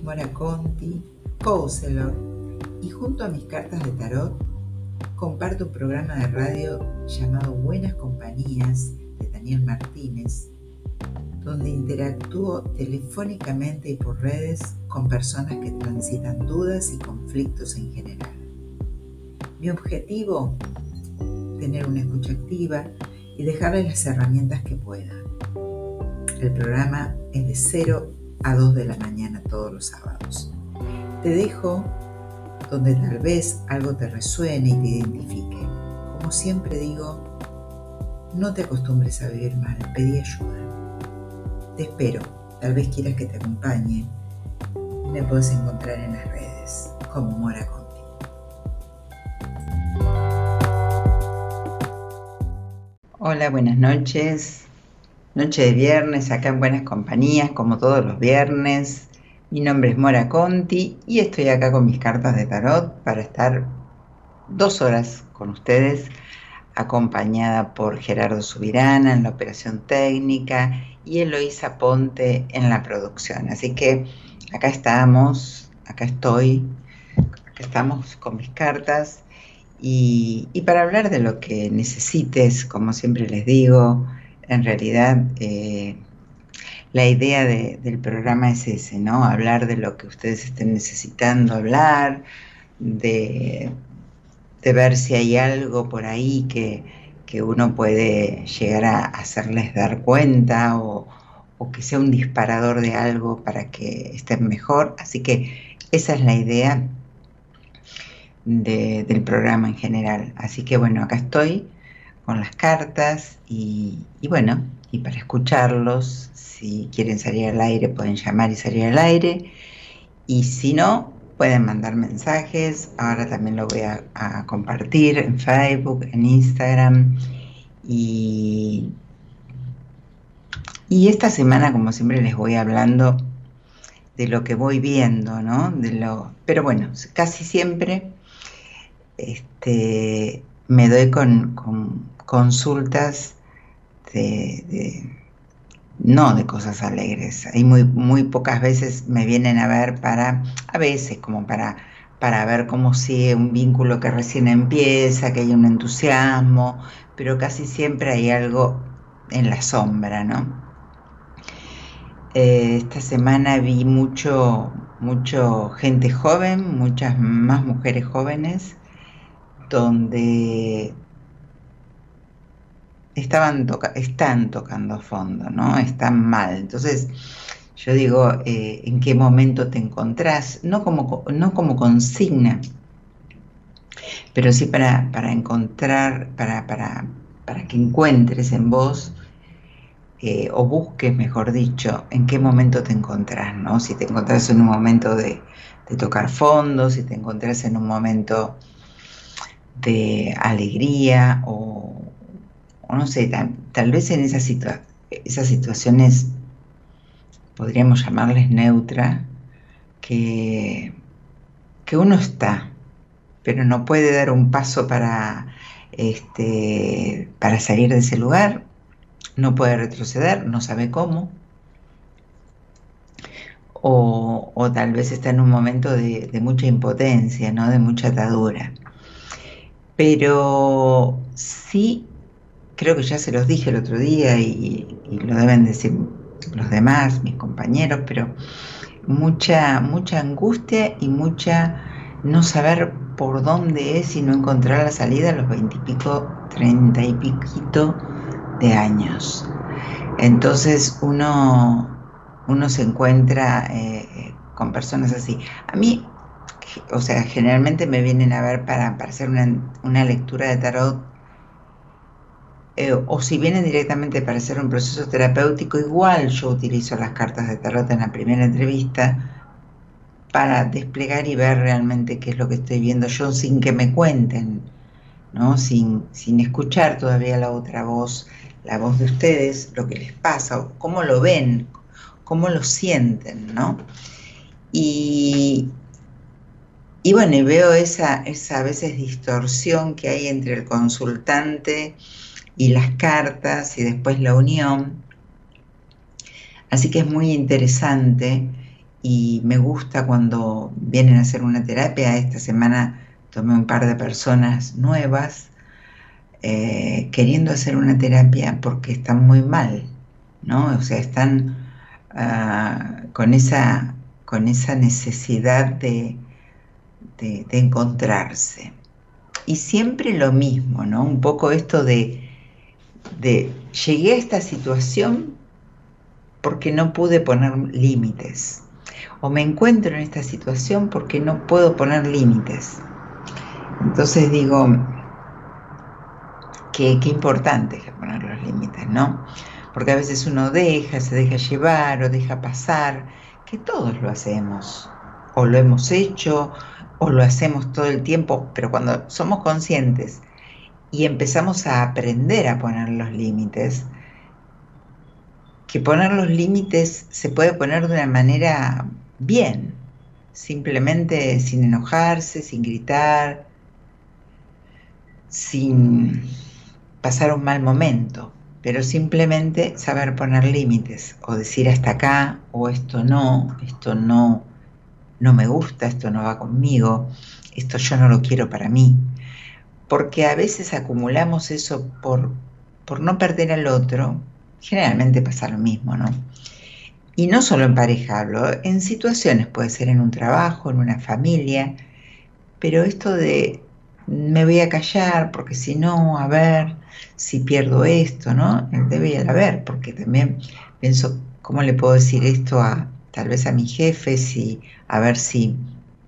Mora Conti, counselor, y junto a mis cartas de tarot comparto un programa de radio llamado Buenas Compañías de Daniel Martínez, donde interactúo telefónicamente y por redes con personas que transitan dudas y conflictos en general. Mi objetivo, tener una escucha activa y dejarles las herramientas que pueda. El programa es de 0 a 2 de la mañana todos los sábados. Te dejo donde tal vez algo te resuene y te identifique. Como siempre digo, no te acostumbres a vivir mal, pedí ayuda. Te espero, tal vez quieras que te acompañe. Me puedes encontrar en las redes como Mora Conti. Hola, buenas noches. Noche de viernes, acá en Buenas Compañías, como todos los viernes. Mi nombre es Mora Conti y estoy acá con mis cartas de tarot para estar 2 horas con ustedes, acompañada por Gerardo Subirana en la operación técnica y Eloísa Ponte en la producción. Así que acá estamos con mis cartas y para hablar de lo que necesites, como siempre les digo, en realidad la idea del programa es ese, ¿no? Hablar de lo que ustedes estén necesitando hablar, de ver si hay algo por ahí que uno puede llegar a hacerles dar cuenta o que sea un disparador de algo para que estén mejor. Así que esa es la idea del programa en general. Así que bueno, acá estoy con las cartas y bueno, y para escucharlos, si quieren salir al aire pueden llamar y salir al aire, y si no, pueden mandar mensajes. Ahora también lo voy a compartir en Facebook, en Instagram, y esta semana, como siempre, les voy hablando de lo que voy viendo, ¿no? Pero bueno, casi siempre me doy con consultas no de cosas alegres. Hay muy pocas veces me vienen a ver a veces como para ver cómo sigue un vínculo que recién empieza, que hay un entusiasmo, pero casi siempre hay algo en la sombra, ¿no? Esta semana vi mucho gente joven, muchas más mujeres jóvenes, donde están tocando fondo, ¿no? Están mal. Entonces, yo digo, ¿en qué momento te encontrás? No como consigna, pero sí para encontrar, para que encuentres en vos, o busques, mejor dicho, en qué momento te encontrás, ¿no? Si te encontrás en un momento de tocar fondo, si te encontrás en un momento de alegría o no sé, tal vez en esas situaciones podríamos llamarles neutra, que uno está, pero no puede dar un paso para salir de ese lugar, no puede retroceder, no sabe cómo, o tal vez está en un momento de mucha impotencia, ¿no? De mucha atadura. Pero sí, creo que ya se los dije el otro día y lo deben decir los demás, mis compañeros, pero mucha angustia y mucha no saber por dónde es y no encontrar la salida a los 20 y pico, 30 y piquito de años. Entonces uno se encuentra con personas así. A mí, o sea, generalmente me vienen a ver para hacer una lectura de tarot, o si vienen directamente para hacer un proceso terapéutico, igual yo utilizo las cartas de tarot en la primera entrevista para desplegar y ver realmente qué es lo que estoy viendo yo sin que me cuenten, ¿no? Sin escuchar todavía la otra voz, la voz de ustedes, lo que les pasa, cómo lo ven, cómo lo sienten, ¿no? Y bueno, y veo esa a veces distorsión que hay entre el consultante y las cartas y después la unión. Así que es muy interesante y me gusta cuando vienen a hacer una terapia. Esta semana tomé un par de personas nuevas queriendo hacer una terapia porque están muy mal, ¿no? O sea, están con esa necesidad de encontrarse. Y siempre lo mismo, ¿no? Un poco esto de llegué a esta situación porque no pude poner límites, o me encuentro en esta situación porque no puedo poner límites. Entonces digo, qué importante es poner los límites, ¿no? Porque a veces uno se deja llevar o deja pasar, que todos lo hacemos, o lo hemos hecho, o lo hacemos todo el tiempo, pero cuando somos conscientes y empezamos a aprender a poner los límites, que poner los límites se puede poner de una manera bien, simplemente sin enojarse, sin gritar, sin pasar un mal momento, pero simplemente saber poner límites o decir hasta acá, o esto no me gusta, esto no va conmigo, esto yo no lo quiero para mí, porque a veces acumulamos eso por no perder al otro. Generalmente pasa lo mismo, ¿no? Y no solo en pareja hablo, en situaciones, puede ser en un trabajo, en una familia, pero esto de me voy a callar porque si no, a ver si pierdo esto, ¿no? El debe y el haber, porque también pienso, ¿cómo le puedo decir esto tal vez a mi jefe, a ver si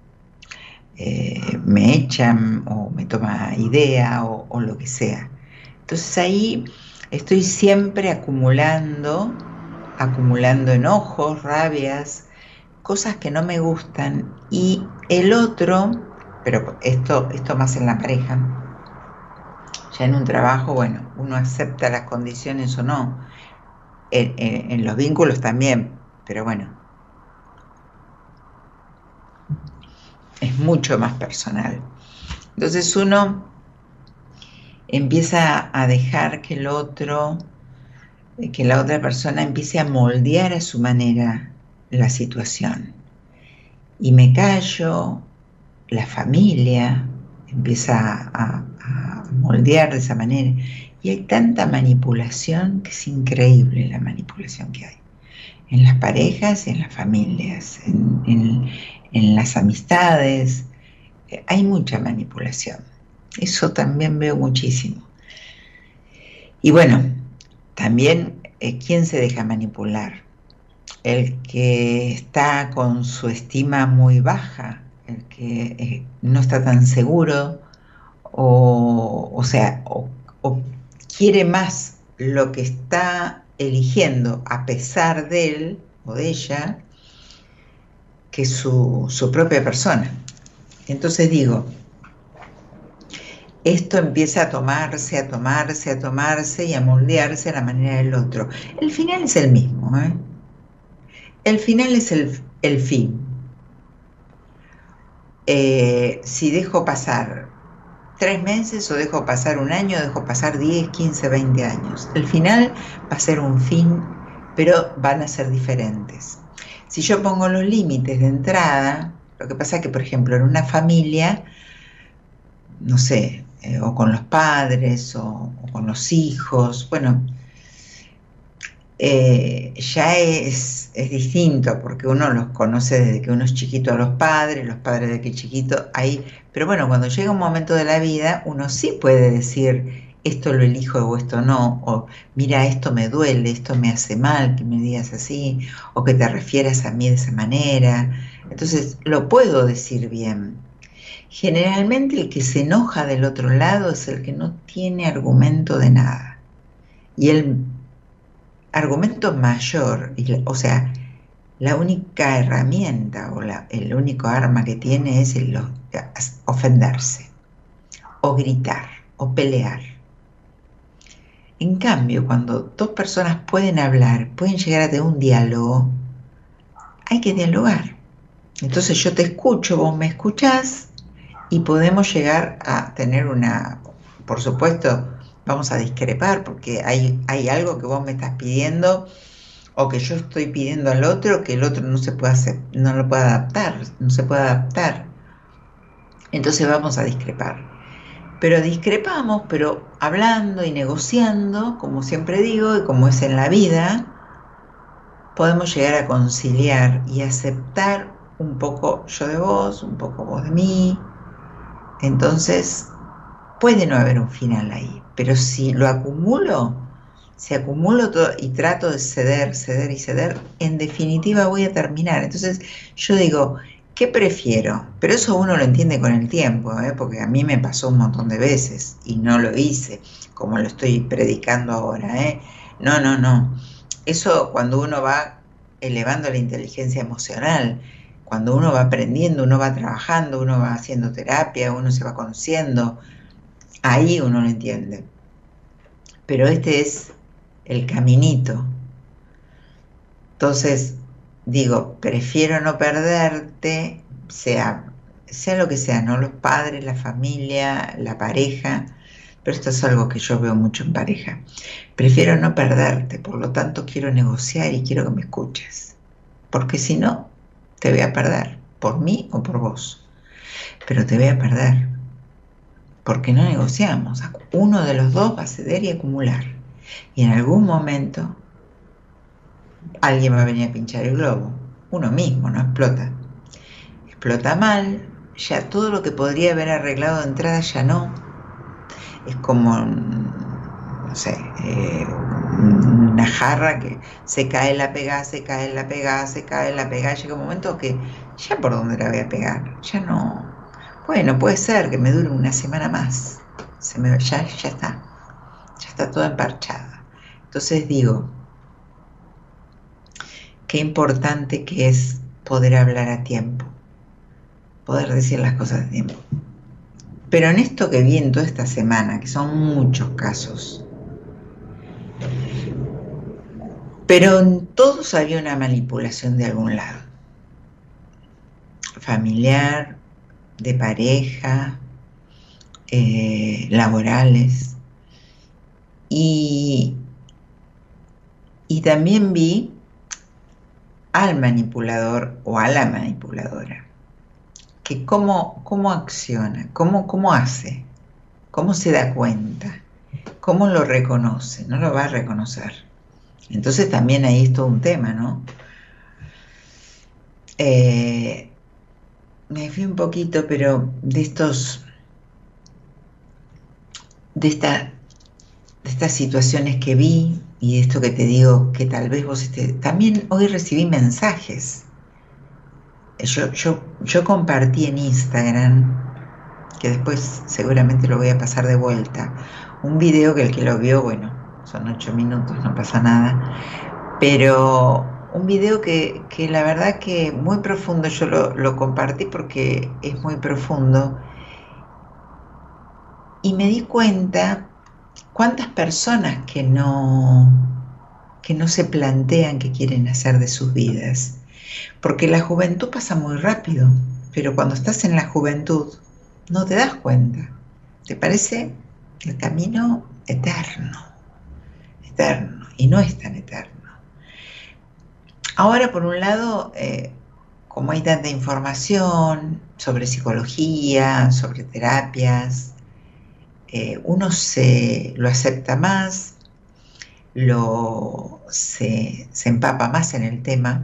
me echan o me toma idea o lo que sea? Entonces ahí estoy siempre acumulando enojos, rabias, cosas que no me gustan, y el otro, pero esto más en la pareja, ya en un trabajo, bueno, uno acepta las condiciones o no, en los vínculos también, pero bueno, es mucho más personal. Entonces uno empieza a dejar que la otra persona empiece a moldear a su manera la situación. Y me callo, la familia empieza a moldear de esa manera. Y hay tanta manipulación que es increíble la manipulación que hay. En las parejas y en las familias, en las amistades, hay mucha manipulación. Eso también veo muchísimo. Y bueno, también, ¿quién se deja manipular? El que está con su estima muy baja, el que no está tan seguro, o quiere más lo que está eligiendo a pesar de él o de ella que su propia persona. Entonces digo, esto empieza a tomarse y a moldearse a la manera del otro. El final es el mismo, ¿eh? El final es el fin. Si dejo pasar 3 meses o dejo pasar un año, dejo pasar 10, 15, 20 años. El final va a ser un fin, pero van a ser diferentes. Si yo pongo los límites de entrada, lo que pasa es que, por ejemplo, en una familia, no sé, o con los padres o con los hijos, bueno, ya es distinto, porque uno los conoce desde que uno es chiquito a los padres desde que es chiquito, ahí, pero bueno, cuando llega un momento de la vida, uno sí puede decir, esto lo elijo o esto no, o mira, esto me duele, esto me hace mal que me digas así, o que te refieras a mí de esa manera. Entonces, lo puedo decir bien. Generalmente el que se enoja del otro lado es el que no tiene argumento de nada. Y el argumento mayor, o sea, la única herramienta o el único arma que tiene es ofenderse, o gritar, o pelear. En cambio, cuando dos personas pueden hablar, pueden llegar a tener un diálogo, hay que dialogar. Entonces yo te escucho, vos me escuchás, y podemos llegar a tener por supuesto, vamos a discrepar porque hay algo que vos me estás pidiendo o que yo estoy pidiendo al otro que el otro no se pueda hacer, no lo pueda adaptar, no se puede adaptar. Entonces vamos a discrepar. Pero discrepamos, pero hablando y negociando, como siempre digo, y como es en la vida, podemos llegar a conciliar y aceptar un poco yo de vos, un poco vos de mí. Entonces, puede no haber un final ahí, pero si lo acumulo, si acumulo todo y trato de ceder, ceder y ceder, en definitiva voy a terminar. Entonces, yo digo, ¿qué prefiero? Pero eso uno lo entiende con el tiempo, porque a mí me pasó un montón de veces y no lo hice, como lo estoy predicando ahora. No, no, no. Eso cuando uno va elevando la inteligencia emocional, cuando uno va aprendiendo, uno va trabajando, uno va haciendo terapia, uno se va conociendo, ahí uno lo entiende. Pero este es el caminito. Entonces, digo, prefiero no perderte, sea lo que sea, ¿no? Los padres, la familia, la pareja, pero esto es algo que yo veo mucho en pareja. Prefiero no perderte, por lo tanto quiero negociar y quiero que me escuches, porque si no, te voy a perder, por mí o por vos, pero te voy a perder, porque no negociamos. Uno de los dos va a ceder y acumular, y en algún momento alguien va a venir a pinchar el globo, uno mismo, no explota. Explota mal, ya todo lo que podría haber arreglado de entrada ya no. Es como, no sé, una jarra que se cae, la pega, se cae, la pega, se cae, la pega. Llega un momento que ya por dónde la voy a pegar, ya no. Bueno, puede ser que me dure una semana más. Ya está toda emparchada. Entonces digo, qué importante que es poder hablar a tiempo, poder decir las cosas a tiempo. Pero en esto que vi en toda esta semana, que son muchos casos, pero en todos había una manipulación de algún lado, familiar, de pareja, laborales, y también vi al manipulador o a la manipuladora, que cómo acciona, cómo hace, cómo se da cuenta, cómo lo reconoce, no lo va a reconocer. Entonces también ahí es todo un tema, ¿no? Me fui un poquito, pero de estas situaciones que vi y de esto que te digo, que tal vez vos también hoy recibí mensajes. Yo compartí en Instagram, que después seguramente lo voy a pasar de vuelta, un video que el que lo vio, bueno, son 8 minutos, no pasa nada, pero un video que la verdad que muy profundo, yo lo compartí porque es muy profundo, y me di cuenta cuántas personas que no se plantean qué quieren hacer de sus vidas, porque la juventud pasa muy rápido, pero cuando estás en la juventud no te das cuenta, te parece el camino eterno, y no es tan eterno. Ahora, por un lado, como hay tanta información sobre psicología, sobre terapias, uno lo acepta más, se empapa más en el tema,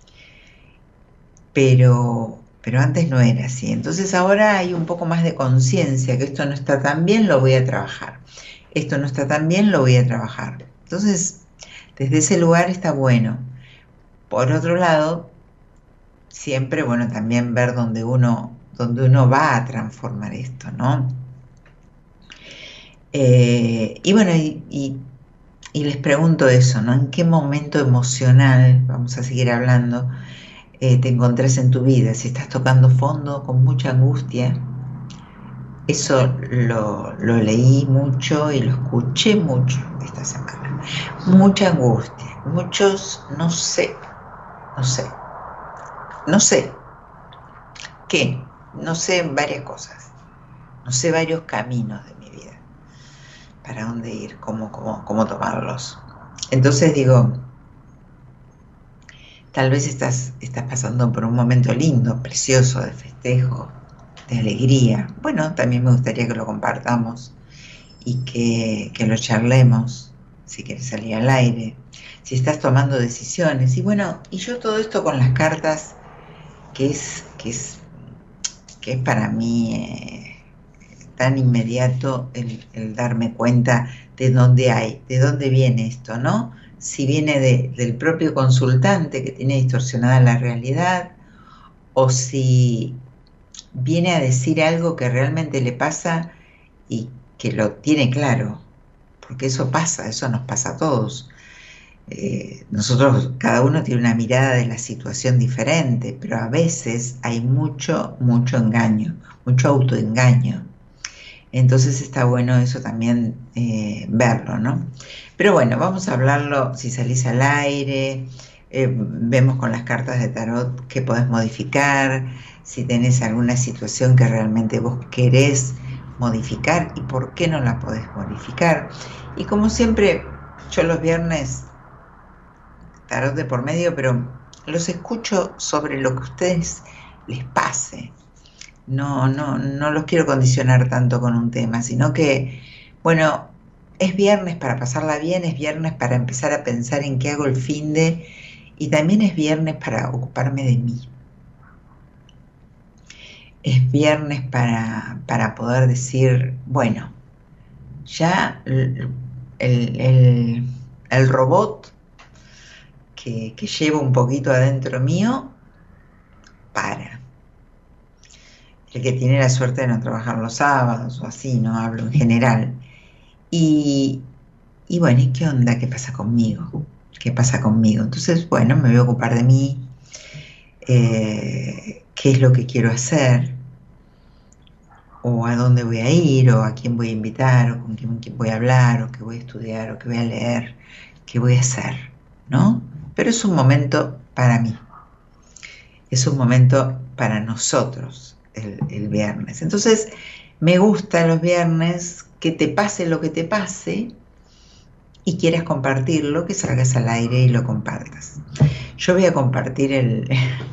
pero antes no era así. Entonces ahora hay un poco más de conciencia, que esto no está tan bien, lo voy a trabajar. Esto no está tan bien, lo voy a trabajar. Entonces, desde ese lugar está bueno. Por otro lado, siempre, bueno, también ver dónde uno va a transformar esto, ¿no? Y bueno, y les pregunto eso, ¿no? ¿En qué momento emocional, vamos a seguir hablando, te encontrás en tu vida? Si estás tocando fondo con mucha angustia, eso lo leí mucho y lo escuché mucho esta semana. Mucha angustia, muchos no sé qué, no sé varias cosas, no sé varios caminos de mi vida, para dónde ir, cómo tomarlos. Entonces digo, Tal vez estás pasando por un momento lindo, precioso, de festejo, de alegría. Bueno, también me gustaría que lo compartamos y que lo charlemos, si quieres salir al aire, si estás tomando decisiones. Y bueno, y yo todo esto con las cartas, que es para mí tan inmediato el darme cuenta de dónde viene esto, ¿no? Si viene del propio consultante que tiene distorsionada la realidad, o si viene a decir algo que realmente le pasa y que lo tiene claro, porque eso pasa, eso nos pasa a todos. Nosotros, cada uno tiene una mirada de la situación diferente, pero a veces hay mucho engaño, mucho autoengaño. Entonces está bueno eso también, verlo, ¿no? Pero bueno, vamos a hablarlo si salís al aire, vemos con las cartas de tarot qué podés modificar, si tenés alguna situación que realmente vos querés modificar y por qué no la podés modificar. Y como siempre, yo los viernes, tarot de por medio, pero los escucho sobre lo que a ustedes les pase. No los quiero condicionar tanto con un tema, sino que, bueno, es viernes para pasarla bien, es viernes para empezar a pensar en qué hago el finde, y también es viernes para ocuparme de mí. Es viernes para poder decir, bueno, ya el robot que llevo un poquito adentro mío, el que tiene la suerte de no trabajar los sábados o así, no hablo en general. Y bueno, ¿y qué onda? ¿Qué pasa conmigo? ¿Qué pasa conmigo? Entonces, bueno, me voy a ocupar de mí, qué es lo que quiero hacer, o a dónde voy a ir, o a quién voy a invitar, o con quién voy a hablar, o qué voy a estudiar, o qué voy a leer, qué voy a hacer, ¿no? Pero es un momento para mí, es un momento para nosotros el viernes. Entonces, me gusta los viernes que te pase lo que te pase y quieras compartirlo, que salgas al aire y lo compartas. Yo voy a compartir el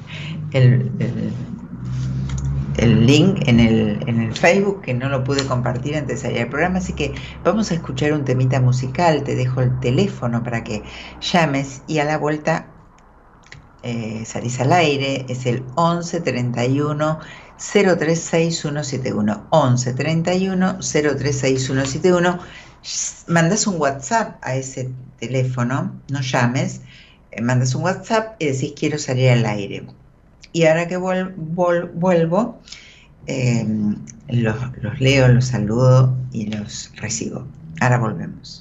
link en el Facebook, que no lo pude compartir antes de salir al programa, así que vamos a escuchar un temita musical. Te dejo el teléfono para que llames y a la vuelta salís al aire. Es el 11 31 036171, 11 31 036171. Mandas un WhatsApp a ese teléfono, no llames, mandas un WhatsApp y decís quiero salir al aire. Y ahora que vuelvo, los leo, los saludo y los recibo. Ahora volvemos.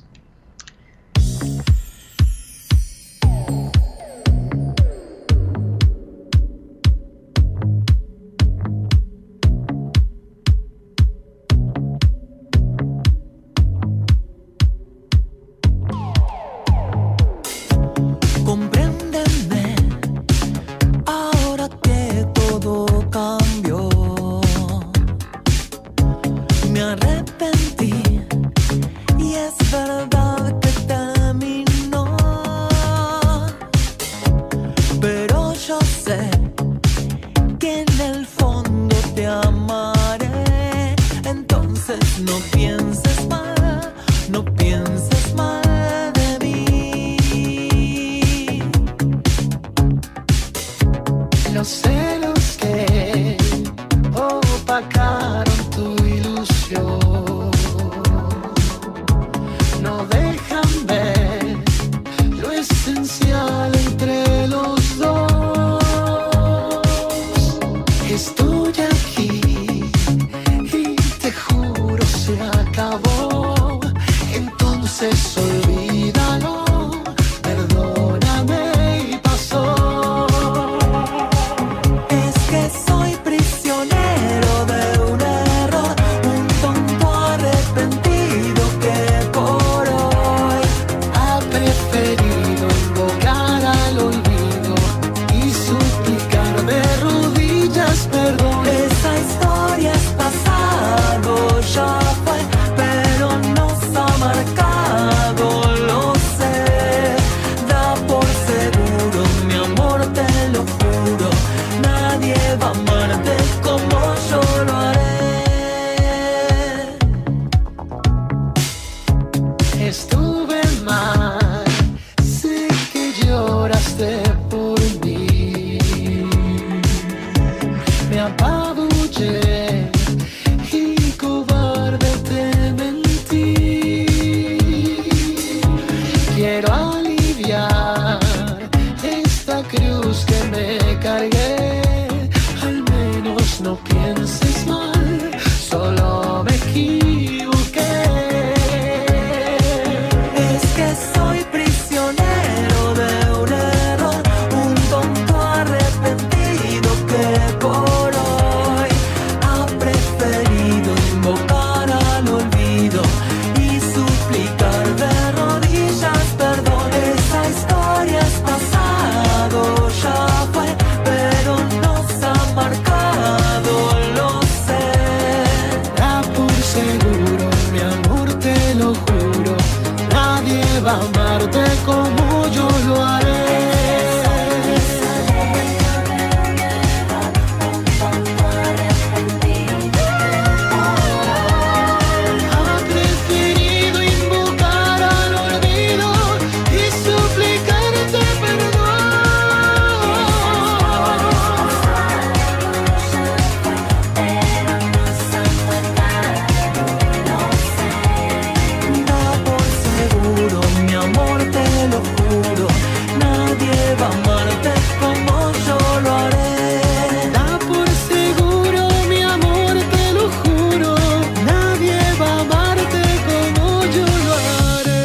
Me arrepentí y es verdad. estuve mal, sé que lloraste por mí. Me apabullé y cobarde te mentí. Quiero aliviar esta cruz que me cargué. Al menos no pienses mal, solo me equivoqué. Es que soy prisionero de un error, un tonto arrepentido que por hoy ha preferido invocar al olvido y suplicar de rodillas perdón. Esa historia es pasado, ya fue, pero nos ha marcado, lo sé. Da por seguro, mi amor, te lo juro, nadie va a amarte como yo lo haré. Ha preferido invocar al olvido y suplicarte perdón. Da por seguro, mi amor, te lo juro, nadie va a amarte como yo lo haré. Da por seguro, mi amor, te lo juro, nadie va a amarte como yo lo haré.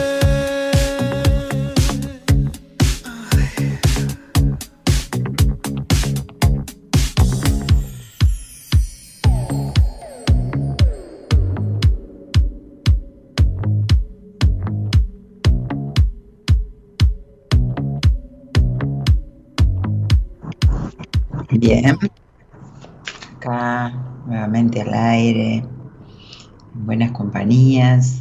Bien, acá nuevamente al aire, en buenas compañías.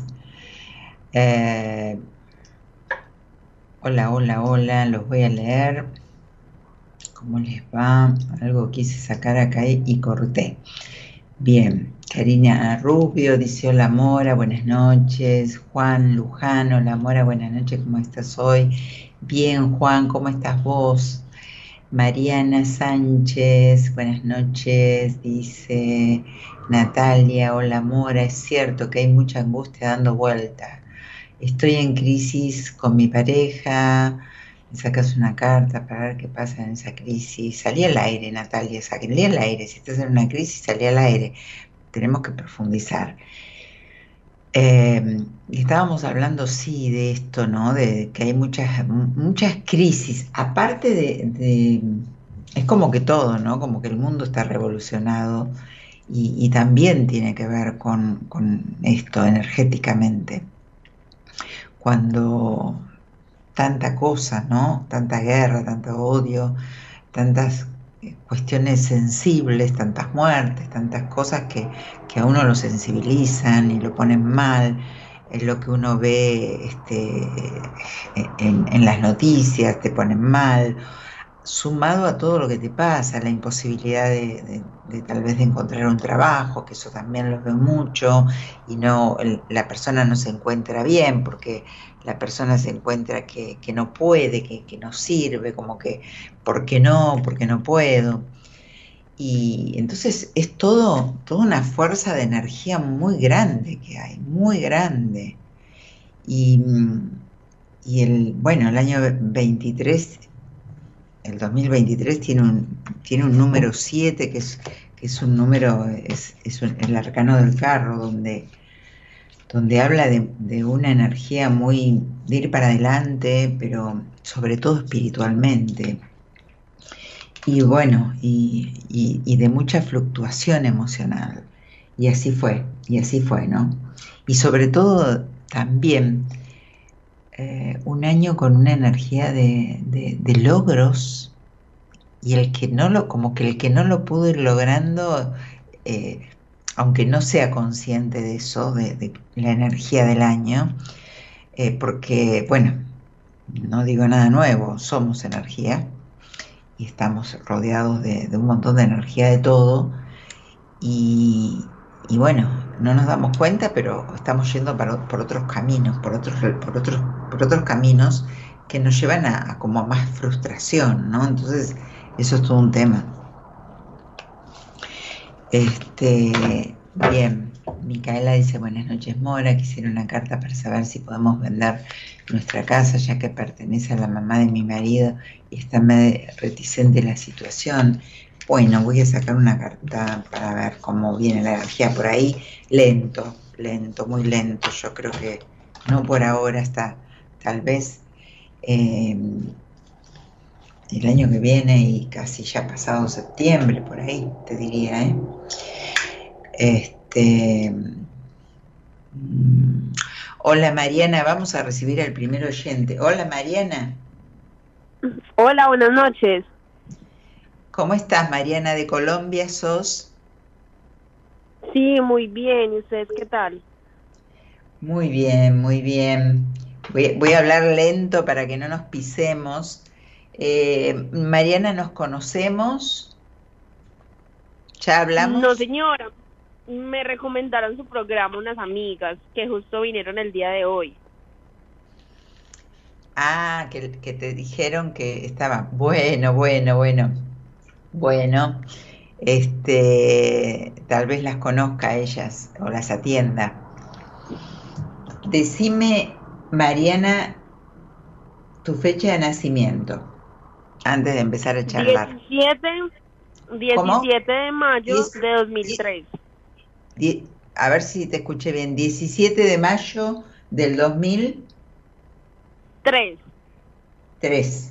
Hola, hola, hola, los voy a leer. ¿Cómo les va? Algo quise sacar acá y corté. Bien, Karina Rubio dice hola Mora, buenas noches. Juan Lujano, hola Mora, buenas noches, ¿cómo estás hoy? Bien, Juan, ¿cómo estás vos? Mariana Sánchez, buenas noches, dice Natalia, hola Mora, es cierto que hay mucha angustia dando vuelta. Estoy en crisis con mi pareja, me sacas una carta para ver qué pasa en esa crisis. Salí al aire, Natalia, salí al aire, si estás en una crisis, salí al aire. Tenemos que profundizar. Estábamos hablando, sí, de esto, ¿no? De que hay muchas crisis. Aparte es como que todo, ¿no? Como que el mundo está revolucionado y también tiene que ver con esto energéticamente. Cuando tanta cosa, ¿no? Tanta guerra, tanto odio, tantas cuestiones sensibles, tantas muertes, tantas cosas que a uno lo sensibilizan y lo ponen mal, es lo que uno ve en las noticias, te ponen mal, sumado a todo lo que te pasa, la imposibilidad de tal vez de encontrar un trabajo, que eso también lo veo mucho, y la persona no se encuentra bien, porque la persona se encuentra que no puede, que no sirve, como que, ¿por qué no? ¿Por qué no puedo? Y entonces es toda una fuerza de energía muy grande que hay, muy grande. Y el año 23, el 2023 tiene un número 7, que es un número, el arcano del carro, donde habla de una energía muy de ir para adelante, pero sobre todo espiritualmente. Y bueno, y de mucha fluctuación emocional. Y así fue, ¿no? Y sobre todo también un año con una energía de logros, y como que el que no lo pudo ir logrando, aunque no sea consciente de eso, de la energía del año, porque, bueno, no digo nada nuevo, somos energía y estamos rodeados de un montón de energía de todo, y bueno, no nos damos cuenta, pero estamos yendo por otros caminos, por otros caminos que nos llevan a como a más frustración, ¿no? Entonces, eso es todo un tema. Bien, Micaela dice: buenas noches, Mora, quisiera una carta para saber si podemos vender nuestra casa, ya que pertenece a la mamá de mi marido y está medio reticente la situación. Bueno, voy a sacar una carta para ver cómo viene la energía por ahí. Lento, muy lento. Yo creo que no por ahora, hasta tal vez el año que viene y casi ya pasado septiembre, por ahí, te diría, Hola Mariana, vamos a recibir al primer oyente. Hola Mariana. Hola, buenas noches. ¿Cómo estás, Mariana? ¿De Colombia sos? Sí, muy bien. ¿Y ustedes qué tal? Muy bien, muy bien. Voy a hablar lento para que no nos pisemos. Mariana, ¿nos conocemos? ¿Ya hablamos? No, señora. Me recomendaron su programa unas amigas que justo vinieron el día de hoy. Ah, que te dijeron que estaba. Bueno. Bueno, tal vez las conozca a ellas o las atienda. Decime, Mariana, tu fecha de nacimiento, antes de empezar a charlar. 17 de mayo de 2003. A ver si te escuché bien. 17 de mayo del 2003. 3.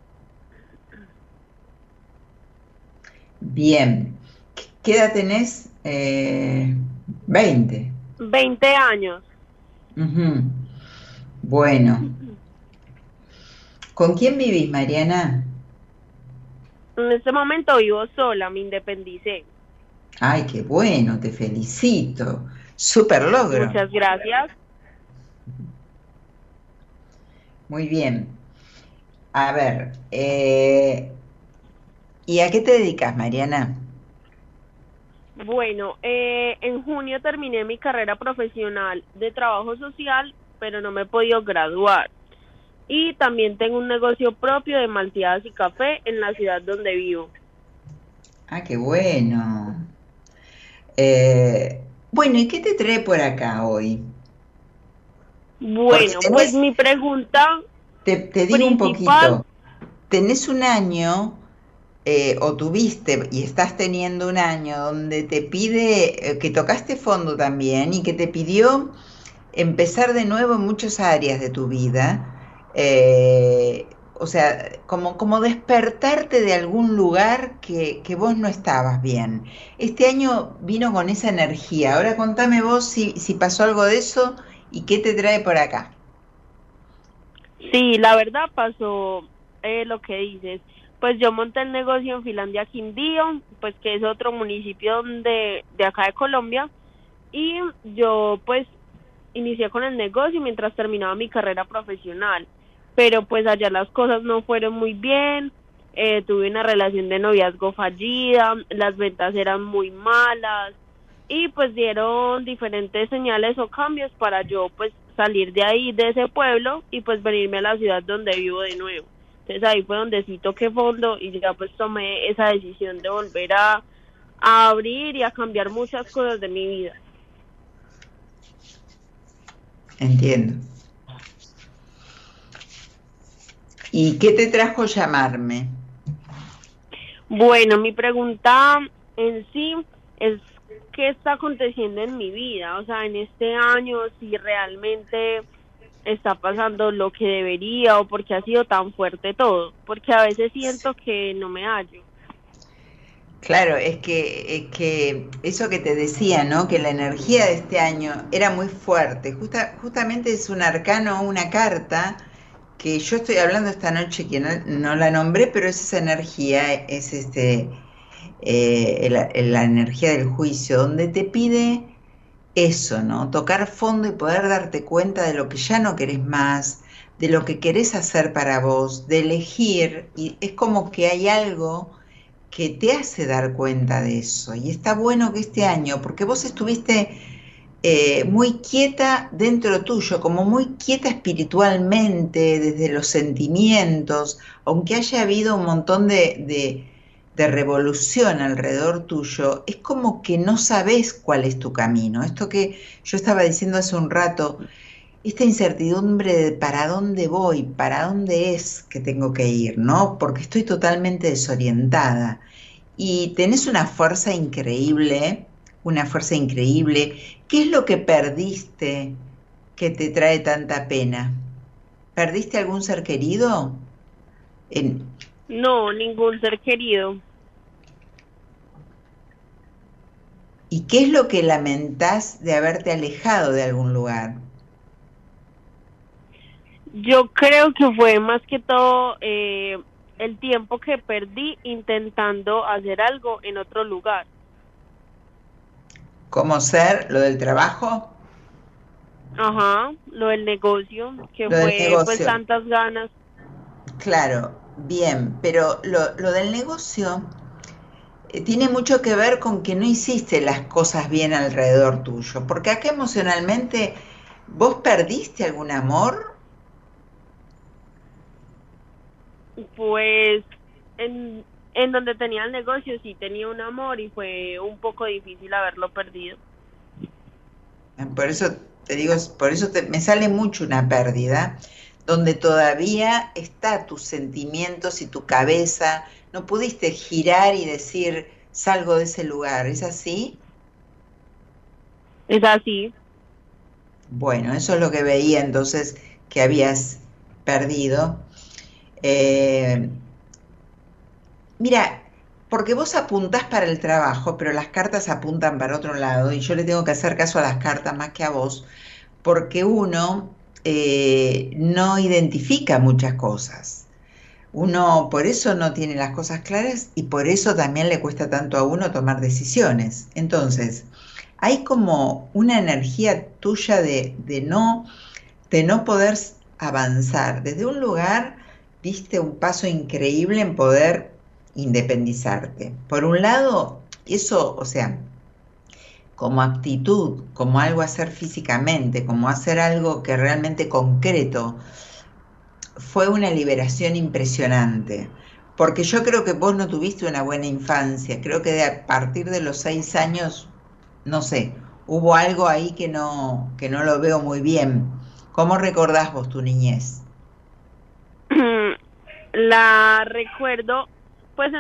Bien. ¿Qué edad tenés? 20. 20 años. Bueno. ¿Con quién vivís, Mariana? En este momento vivo sola, me independicé. Ay, qué bueno, te felicito. Súper logro. Muchas gracias. Muy bien. A ver, ¿y a qué te dedicas, Mariana? Bueno, en junio terminé mi carrera profesional de trabajo social, pero no me he podido graduar. Y también tengo un negocio propio de malteadas y café en la ciudad donde vivo. Ah, qué bueno. Bueno, ¿y qué te trae por acá hoy? Bueno, pues mi pregunta te digo un poquito. Tenés un año, o tuviste y estás teniendo un año donde te pide, que tocaste fondo también y que te pidió empezar de nuevo en muchas áreas de tu vida. O sea, como despertarte de algún lugar que vos no estabas bien. Este año vino con esa energía. Ahora contame vos si pasó algo de eso y qué te trae por acá. Sí, la verdad pasó lo que dices. Pues yo monté el negocio en Finlandia, Quindío, pues que es otro municipio de acá de Colombia, y yo pues inicié con el negocio mientras terminaba mi carrera profesional, pero pues allá las cosas no fueron muy bien. Tuve una relación de noviazgo fallida, las ventas eran muy malas y pues dieron diferentes señales o cambios para yo pues salir de ahí, de ese pueblo, y pues venirme a la ciudad donde vivo de nuevo. Entonces ahí fue donde sí toqué fondo y ya pues tomé esa decisión de volver a abrir y a cambiar muchas cosas de mi vida. Entiendo. ¿Y qué te trajo llamarme? Bueno, mi pregunta en sí es qué está aconteciendo en mi vida, o sea, en este año, si realmente está pasando lo que debería o por qué ha sido tan fuerte todo, porque a veces siento que no me hallo. Claro, es que eso que te decía, ¿no? Que la energía de este año era muy fuerte. Justamente es un arcano, una carta que yo estoy hablando esta noche, que no la nombré, pero es esa energía, es la energía del juicio, donde te pide eso, ¿no? Tocar fondo y poder darte cuenta de lo que ya no querés más, de lo que querés hacer para vos, de elegir, y es como que hay algo que te hace dar cuenta de eso. Y está bueno que este año, porque vos estuviste muy quieta dentro tuyo, como muy quieta espiritualmente, desde los sentimientos, aunque haya habido un montón de revolución alrededor tuyo, es como que no sabes cuál es tu camino. Esto que yo estaba diciendo hace un rato, esta incertidumbre de para dónde voy, para dónde es que tengo que ir, ¿no? Porque estoy totalmente desorientada. Y tenés una fuerza increíble, una fuerza increíble. ¿Qué es lo que perdiste que te trae tanta pena? ¿Perdiste algún ser querido? En- No, ningún ser querido. ¿Y qué es lo que lamentás de haberte alejado de algún lugar? Yo creo que fue más que todo el tiempo que perdí intentando hacer algo en otro lugar. ¿Cómo ser lo del trabajo? Ajá, lo del negocio, que Lo del fue pues negocio. tantas ganas. Claro, bien, pero lo del negocio tiene mucho que ver con que no hiciste las cosas bien alrededor tuyo, porque acá emocionalmente vos perdiste algún amor. Pues en donde tenía el negocio sí tenía un amor y fue un poco difícil haberlo perdido. Por eso te digo, por eso me sale mucho una pérdida, donde todavía está tus sentimientos y tu cabeza, no pudiste girar y decir, salgo de ese lugar, ¿es así? Es así. Bueno, eso es lo que veía entonces que habías perdido. Eh, Mira, porque vos apuntás para el trabajo, pero las cartas apuntan para otro lado, y yo le tengo que hacer caso a las cartas más que a vos, porque uno no identifica muchas cosas. Uno por eso no tiene las cosas claras y por eso también le cuesta tanto a uno tomar decisiones. Entonces, hay como una energía tuya de no poder avanzar. Desde un lugar diste un paso increíble en poder independizarte. Por un lado, eso, o sea, como actitud, como algo a hacer físicamente, como hacer algo que realmente concreto, fue una liberación impresionante. Porque yo creo que vos no tuviste una buena infancia. Creo que a partir de los 6 años, no sé, hubo algo ahí que no lo veo muy bien. ¿Cómo recordás vos tu niñez? La recuerdo pues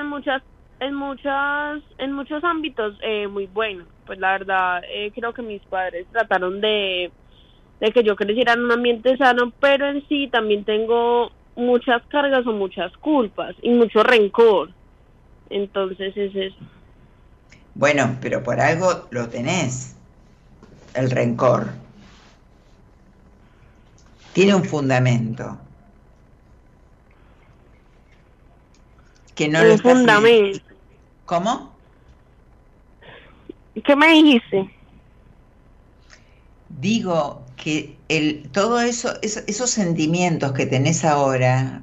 en muchos ámbitos muy buenos. Pues la verdad creo que mis padres trataron de que yo creciera en un ambiente sano, pero en sí también tengo muchas cargas o muchas culpas y mucho rencor. Entonces es eso. Bueno, pero por algo lo tenés, el rencor. Tiene un fundamento que no lo Un estás fundamento. identificando. ¿Cómo? ¿Qué me dijiste? Digo que todo esos sentimientos que tenés ahora,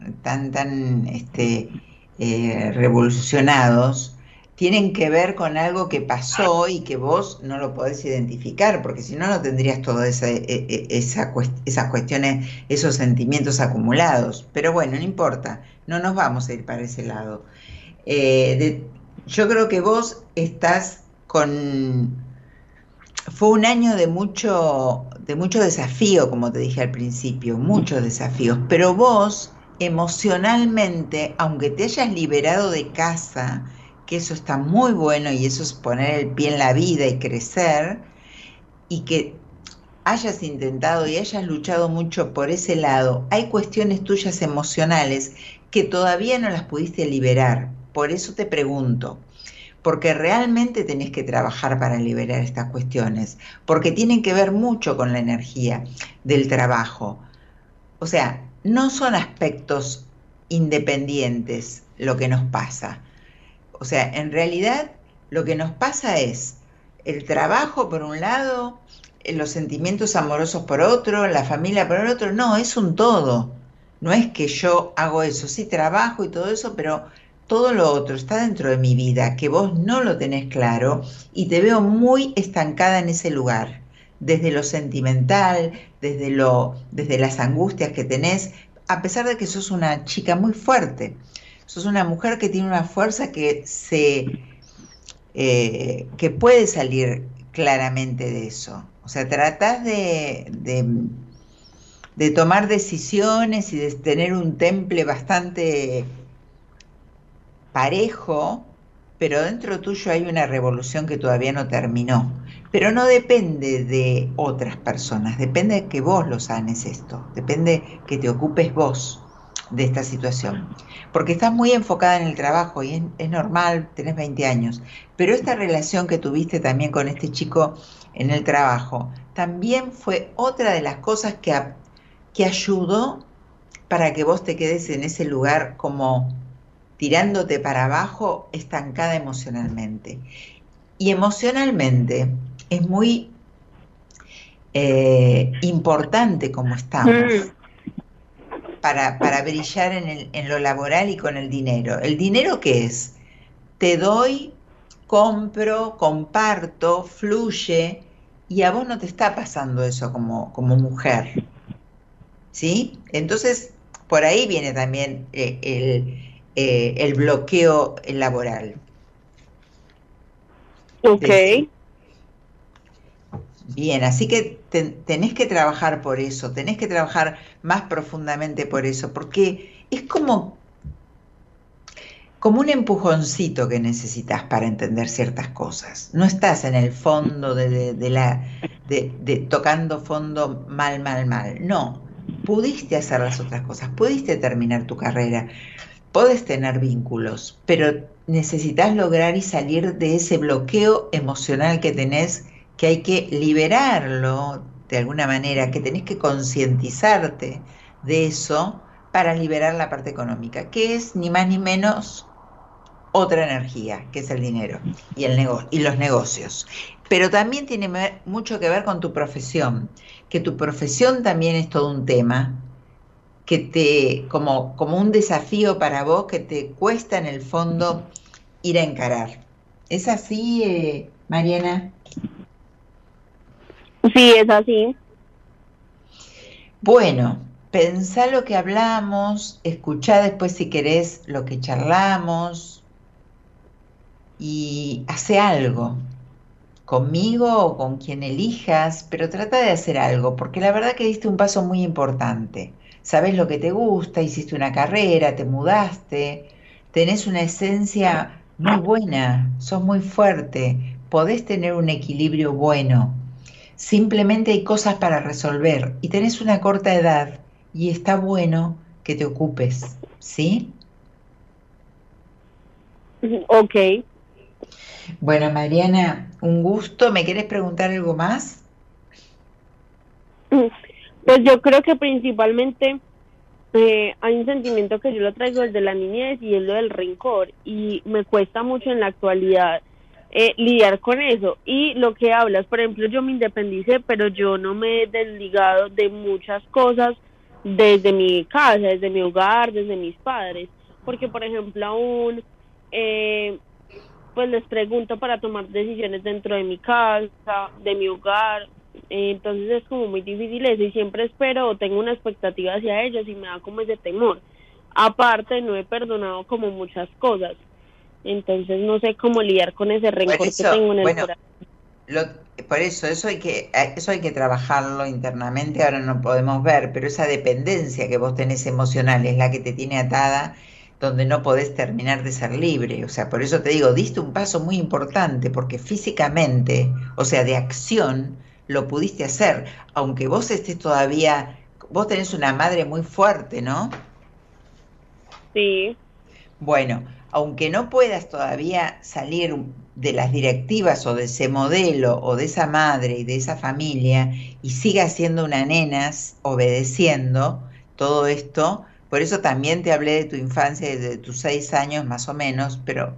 revolucionados, tienen que ver con algo que pasó y que vos no lo podés identificar, porque si no, no tendrías todas esas cuestiones, esos sentimientos acumulados. Pero bueno, no importa, no nos vamos a ir para ese lado. Yo creo que vos estás con... Fue un año de mucho desafío, como te dije al principio, muchos desafíos, pero vos emocionalmente, aunque te hayas liberado de casa, que eso está muy bueno y eso es poner el pie en la vida y crecer, y que hayas intentado y hayas luchado mucho por ese lado, hay cuestiones tuyas emocionales que todavía no las pudiste liberar. Por eso te pregunto, porque realmente tenés que trabajar para liberar estas cuestiones, porque tienen que ver mucho con la energía del trabajo. O sea, no son aspectos independientes lo que nos pasa. O sea, en realidad lo que nos pasa es el trabajo por un lado, los sentimientos amorosos por otro, la familia por el otro. No, es un todo. No es que yo hago eso, sí trabajo y todo eso, pero todo lo otro está dentro de mi vida, que vos no lo tenés claro y te veo muy estancada en ese lugar. desde lo sentimental, desde las angustias que tenés, a pesar de que sos una chica muy fuerte. Sos una mujer que tiene una fuerza que puede salir claramente de eso. O sea, tratás de tomar decisiones y de tener un temple bastante parejo, pero dentro tuyo hay una revolución que todavía no terminó. Pero no depende de otras personas, depende de que vos lo sanes esto, depende que te ocupes vos de esta situación. Porque estás muy enfocada en el trabajo y es normal, tenés 20 años, pero esta relación que tuviste también con este chico en el trabajo, también fue otra de las cosas que ayudó para que vos te quedes en ese lugar como tirándote para abajo, estancada emocionalmente. Y emocionalmente es muy importante como estamos para brillar en lo laboral y con el dinero. ¿El dinero qué es? Te doy, compro, comparto, fluye, y a vos no te está pasando eso como mujer, ¿sí? Entonces, por ahí viene también el bloqueo laboral. Ok. Bien, así que tenés que trabajar por eso, tenés que trabajar más profundamente por eso, porque es como un empujoncito que necesitas para entender ciertas cosas. No estás en el fondo de tocando fondo mal. No, pudiste hacer las otras cosas, pudiste terminar tu carrera, podés tener vínculos, pero necesitas lograr y salir de ese bloqueo emocional que tenés, que hay que liberarlo de alguna manera, que tenés que concientizarte de eso para liberar la parte económica, que es ni más ni menos otra energía, que es el dinero y los negocios. Pero también tiene mucho que ver con tu profesión, que tu profesión también es todo un tema, que como un desafío para vos, que te cuesta en el fondo ir a encarar. ¿Es así, Mariana? Sí, es así. Bueno, pensá lo que hablamos, escuchá después si querés lo que charlamos y hace algo, conmigo o con quien elijas, pero trata de hacer algo, porque la verdad que diste un paso muy importante. Sabés lo que te gusta, hiciste una carrera, te mudaste, tenés una esencia muy buena, sos muy fuerte, podés tener un equilibrio bueno. Simplemente hay cosas para resolver y tenés una corta edad y está bueno que te ocupes, ¿sí? Ok. Bueno, Mariana, un gusto. ¿Me querés preguntar algo más? Pues yo creo que principalmente hay un sentimiento que yo lo traigo desde la niñez y es lo del rencor, y me cuesta mucho en la actualidad lidiar con eso. Y lo que hablas, por ejemplo, yo me independicé, pero yo no me he desligado de muchas cosas desde mi casa, desde mi hogar, desde mis padres, porque por ejemplo aún pues les pregunto para tomar decisiones dentro de mi casa, de mi hogar. Entonces es como muy difícil eso, y siempre espero o tengo una expectativa hacia ellos y me da como ese temor. Aparte, no he perdonado como muchas cosas, entonces no sé cómo lidiar con ese rencor que tengo en el corazón. Por eso, eso hay que trabajarlo internamente. Ahora no podemos ver, pero esa dependencia que vos tenés emocional es la que te tiene atada, donde no podés terminar de ser libre. O sea, por eso te digo, diste un paso muy importante, porque físicamente, o sea, de acción, lo pudiste hacer, aunque vos estés todavía, vos tenés una madre muy fuerte, ¿no? Sí. Bueno, aunque no puedas todavía salir de las directivas o de ese modelo o de esa madre y de esa familia y sigas siendo una nena obedeciendo todo esto, por eso también te hablé de tu infancia, de tus 6 años más o menos, pero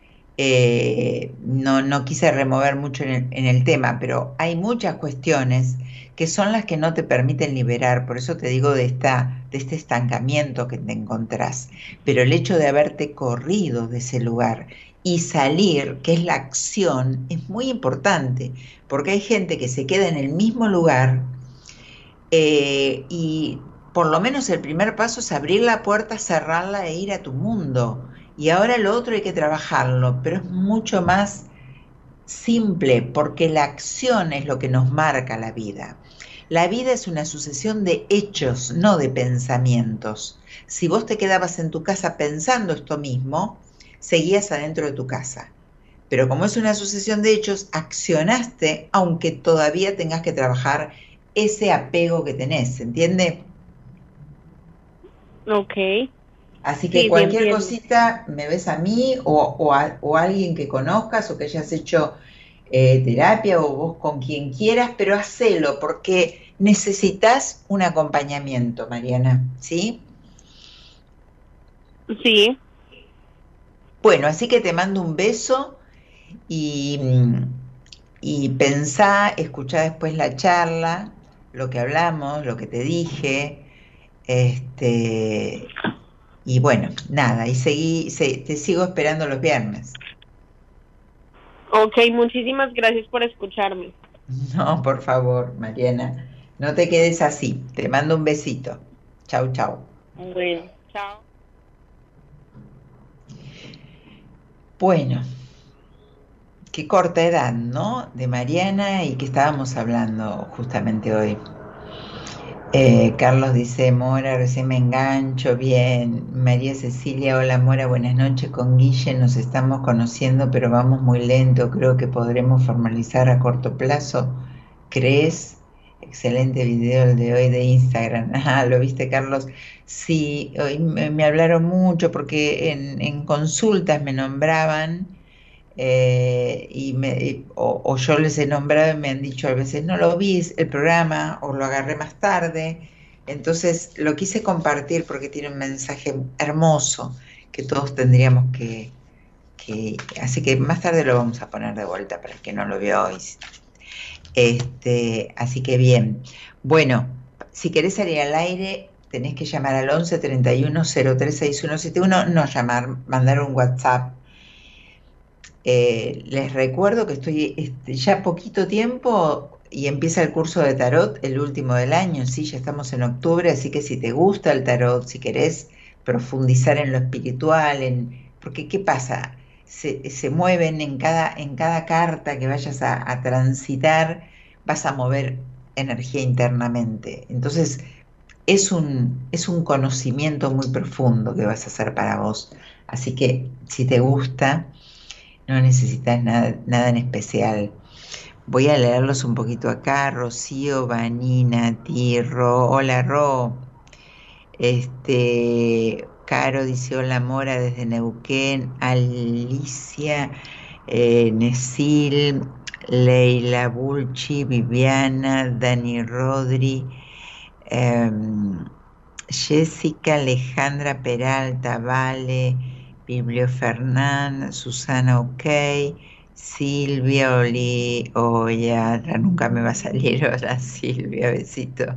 no quise remover mucho en el tema, pero hay muchas cuestiones que son las que no te permiten liberar. Por eso te digo de este estancamiento que te encontrás. Pero el hecho de haberte corrido de ese lugar y salir, que es la acción, es muy importante, porque hay gente que se queda en el mismo lugar y por lo menos el primer paso es abrir la puerta, cerrarla e ir a tu mundo. Y ahora lo otro hay que trabajarlo, pero es mucho más simple, porque la acción es lo que nos marca la vida. La vida es una sucesión de hechos, no de pensamientos. Si vos te quedabas en tu casa pensando esto mismo, seguías adentro de tu casa. Pero como es una sucesión de hechos, accionaste, aunque todavía tengas que trabajar ese apego que tenés, ¿se entiende? Ok, Así que sí, sí cualquier entiendo. cosita me ves a mí o a alguien que conozcas o que hayas hecho terapia o vos con quien quieras, pero hacelo porque necesitas un acompañamiento, Mariana, ¿sí? Sí, Bueno, así que te mando un beso y, y pensá, escuchá después la charla, lo que hablamos, lo que te dije, este, y bueno, nada, y te sigo esperando los viernes. ok, muchísimas gracias por escucharme. No, por favor, Mariana, no te quedes así. Te mando un besito. Chau, chau. Bueno, chao. Bueno, qué corta edad, ¿no? De Mariana y que estábamos hablando justamente hoy. Carlos dice, Mora, recién me engancho, bien. María Cecilia, hola Mora, buenas noches. Con Guille nos estamos conociendo, pero vamos muy lento. Creo que podremos formalizar a corto plazo. ¿Crees? Excelente video el de hoy de Instagram. Ah, ¿lo viste, Carlos? Sí, hoy me hablaron mucho porque en consultas me nombraban o yo les he nombrado y me han dicho a veces no lo vi el programa o lo agarré más tarde. Entonces lo quise compartir porque tiene un mensaje hermoso que todos tendríamos así que más tarde lo vamos a poner de vuelta para el que no lo vio hoy. Así que bien. Bueno, si querés salir al aire, tenés que llamar al 11 31 03 6171, no llamar, mandar un WhatsApp. Les recuerdo que estoy ya poquito tiempo y empieza el curso de tarot, el último del año, sí, ya estamos en octubre, así que si te gusta el tarot, si querés profundizar en lo espiritual, porque ¿qué pasa? Se mueven en cada carta que vayas a transitar, vas a mover energía internamente. Entonces, es un conocimiento muy profundo que vas a hacer para vos. Así que si te gusta, no necesitas nada en especial. Voy a leerlos un poquito acá. Rocío, Vanina, Tirro. Hola, Ro. Caro dice hola, Mora desde Neuquén. Alicia, Nesil, Leila Bulchi, Viviana, Dani Rodri, Jessica, Alejandra Peralta, Vale, Biblio Fernán, Susana OK, Silvia, ya nunca me va a salir, hola Silvia, besito.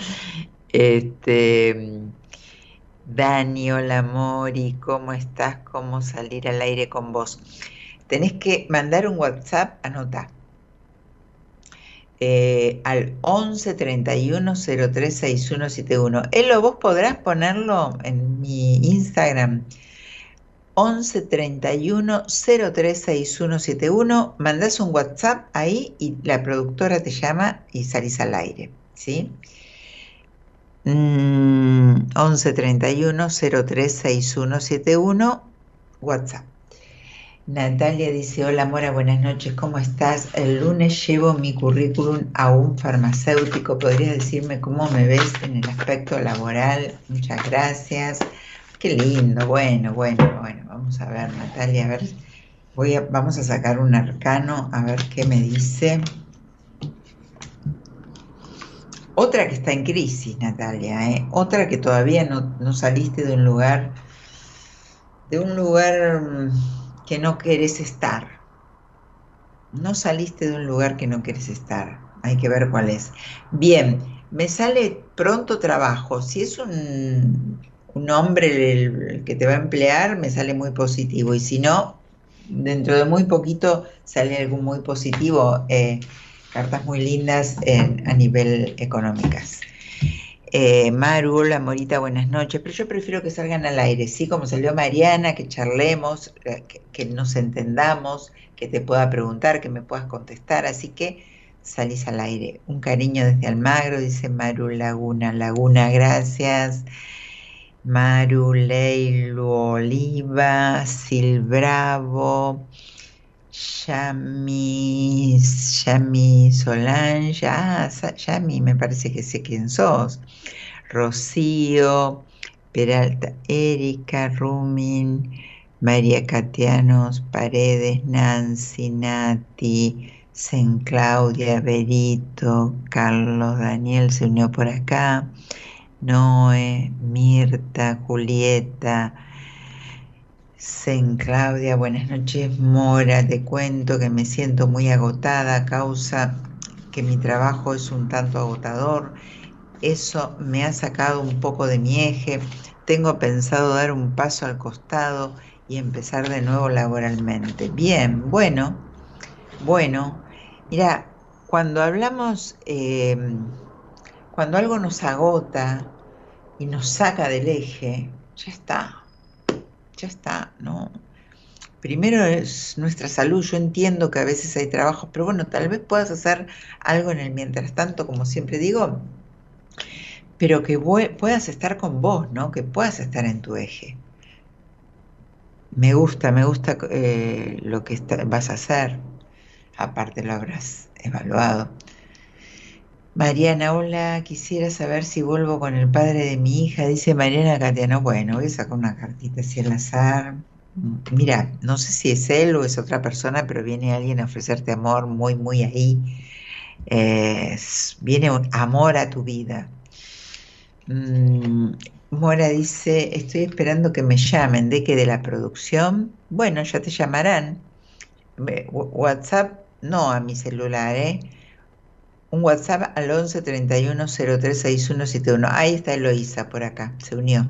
Dani, hola Mori, ¿cómo estás? ¿Cómo salir al aire con vos? Tenés que mandar un WhatsApp, anota, al 11 31 03 6171. Elo, vos podrás ponerlo en mi Instagram, 11 31 03 6171. Mandás un WhatsApp ahí y la productora te llama y salís al aire, ¿sí? 11 31 03 6171, WhatsApp. Natalia dice, hola Mora, buenas noches, ¿cómo estás? El lunes llevo mi currículum a un farmacéutico. ¿Podrías decirme cómo me ves en el aspecto laboral? Muchas gracias. Qué lindo, bueno, vamos a ver, Natalia, a ver, vamos a sacar un arcano, a ver qué me dice. Otra que está en crisis, Natalia, otra que todavía no saliste de un lugar que no querés estar. No saliste de un lugar que no querés estar. Hay que ver cuál es. Bien, me sale pronto trabajo. Si es un hombre el que te va a emplear, me sale muy positivo. Y si no, dentro de muy poquito sale algo muy positivo, cartas muy lindas a nivel económicas. Maru, hola Morita, buenas noches, pero yo prefiero que salgan al aire, ¿sí? Como salió Mariana, que charlemos, que nos entendamos, que te pueda preguntar, que me puedas contestar, así que salís al aire. Un cariño desde Almagro, dice Maru Laguna, gracias. Maru, Leilu, Oliva, Sil Bravo, Yami Solange, Yami, me parece que sé quién sos. Rocío, Peralta, Erika, Rumin, María Catianos, Paredes, Nancy, Nati, Sen Claudia, Berito, Carlos, Daniel se unió por acá, Noé, Mirta, Julieta, Sen Claudia, buenas noches. Mora, te cuento que me siento muy agotada a causa que mi trabajo es un tanto agotador. Eso me ha sacado un poco de mi eje. Tengo pensado dar un paso al costado y empezar de nuevo laboralmente. Bien, bueno. Mira, cuando hablamos, cuando algo nos agota y nos saca del eje, ya está, ¿no? Primero es nuestra salud. Yo entiendo que a veces hay trabajos, pero bueno, tal vez puedas hacer algo en el mientras tanto, como siempre digo, pero que puedas estar con vos, ¿no? Que puedas estar en tu eje. Me gusta lo que vas a hacer. Aparte lo habrás evaluado. Mariana, hola, quisiera saber si vuelvo con el padre de mi hija, dice Mariana Catiano. Bueno, voy a sacar una cartita así al azar. Mira, no sé si es él o es otra persona, pero viene alguien a ofrecerte amor muy, muy ahí. Viene un amor a tu vida. Mora dice, estoy esperando que me llamen, ¿de qué? ¿De la producción? Bueno, ya te llamarán. WhatsApp, no a mi celular, un WhatsApp al 11 31 03 6171. Ahí está Eloísa por acá, se unió.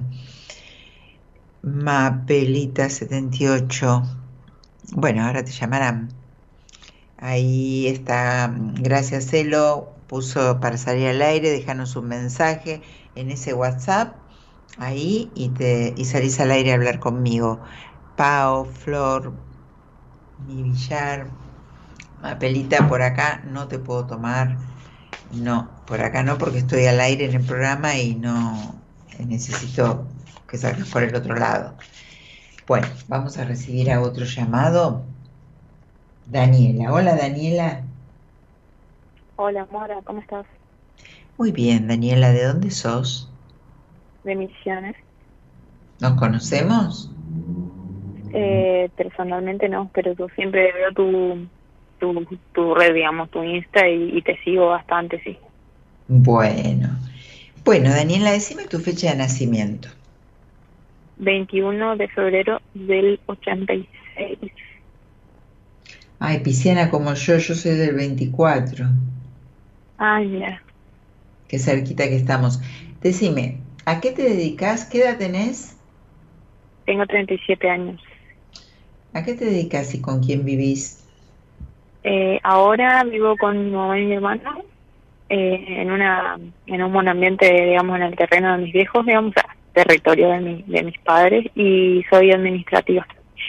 Mapelita 78. Bueno, ahora te llamarán. Ahí está, gracias Elo, puso para salir al aire, déjanos un mensaje en ese WhatsApp, ahí y salís al aire a hablar conmigo. Pao, Flor, mi Villar, Mapelita, por acá no te puedo tomar. No, por acá no, porque estoy al aire en el programa y no necesito que salgas por el otro lado. Bueno, vamos a recibir a otro llamado. Daniela. Hola, Daniela. Hola, Mora, ¿cómo estás? Muy bien, Daniela. ¿De dónde sos? De Misiones. ¿Nos conocemos? Personalmente no, pero yo siempre veo tu red, digamos, tu Insta y te sigo bastante, sí. Bueno, Daniela, decime tu fecha de nacimiento. 21 de febrero del 86. Ay, pisciana como yo soy del 24. Ay, mira. Qué cerquita que estamos. Decime, ¿a qué te dedicas? ¿Qué edad tenés? Tengo 37 años. ¿A qué te dedicas y con quién vivís? Ahora vivo con mi mamá y mi hermano en un buen ambiente, digamos, en el terreno de mis viejos, digamos, territorio de mis padres, y soy administrativa.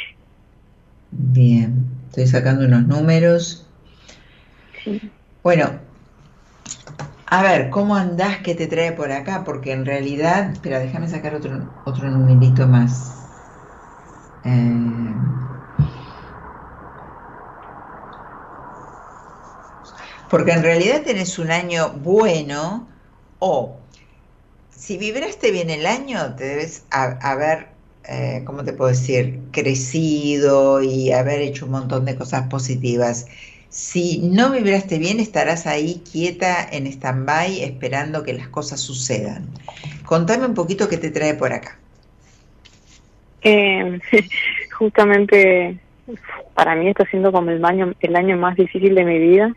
Bien, estoy sacando unos números. Sí. Bueno, a ver, ¿cómo andás? ¿Qué te trae por acá? Porque en realidad, espera, déjame sacar otro numerito más. Porque en realidad tenés un año bueno, o si vibraste bien el año, te debes haber, ¿cómo te puedo decir?, crecido y haber hecho un montón de cosas positivas. Si no vibraste bien, estarás ahí quieta en stand-by esperando que las cosas sucedan. Contame un poquito qué te trae por acá. Justamente para mí está siendo como el año más difícil de mi vida.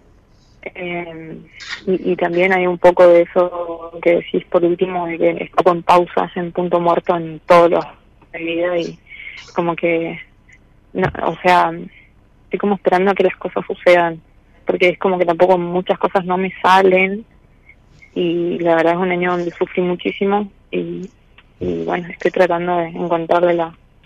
Y también hay un poco de eso que decís por último, de que estoy con pausas en punto muerto en todos los de mi vida, y como que no, o sea, estoy como esperando a que las cosas sucedan, porque es como que tampoco muchas cosas no me salen, y la verdad es un año donde sufrí muchísimo, y bueno, estoy tratando de encontrarle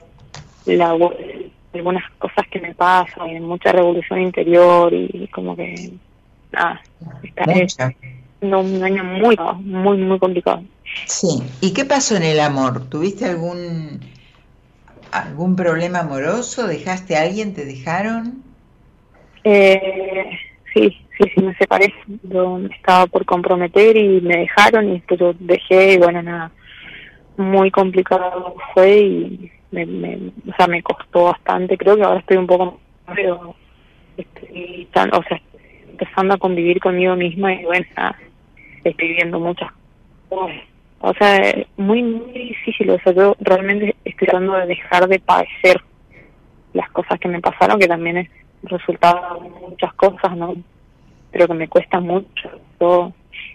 algunas cosas que me pasan, y mucha revolución interior, y como que nada, es Mucha. un año muy, muy, muy complicado. Sí. ¿Y qué pasó en el amor? ¿Tuviste algún problema amoroso? ¿Dejaste a alguien? ¿Te dejaron? Sí, me separé. Yo me estaba por comprometer y me dejaron, y después yo dejé, y bueno, nada, muy complicado fue, y o sea, me costó bastante. Creo que ahora estoy un poco, pero o sea, empezando a convivir conmigo misma, y bueno, nada, estoy viendo muchas cosas. O sea, muy, muy difícil. O sea, yo realmente estoy tratando de dejar de padecer las cosas que me pasaron, que también es resultado de muchas cosas, ¿no? Pero que me cuesta mucho todo.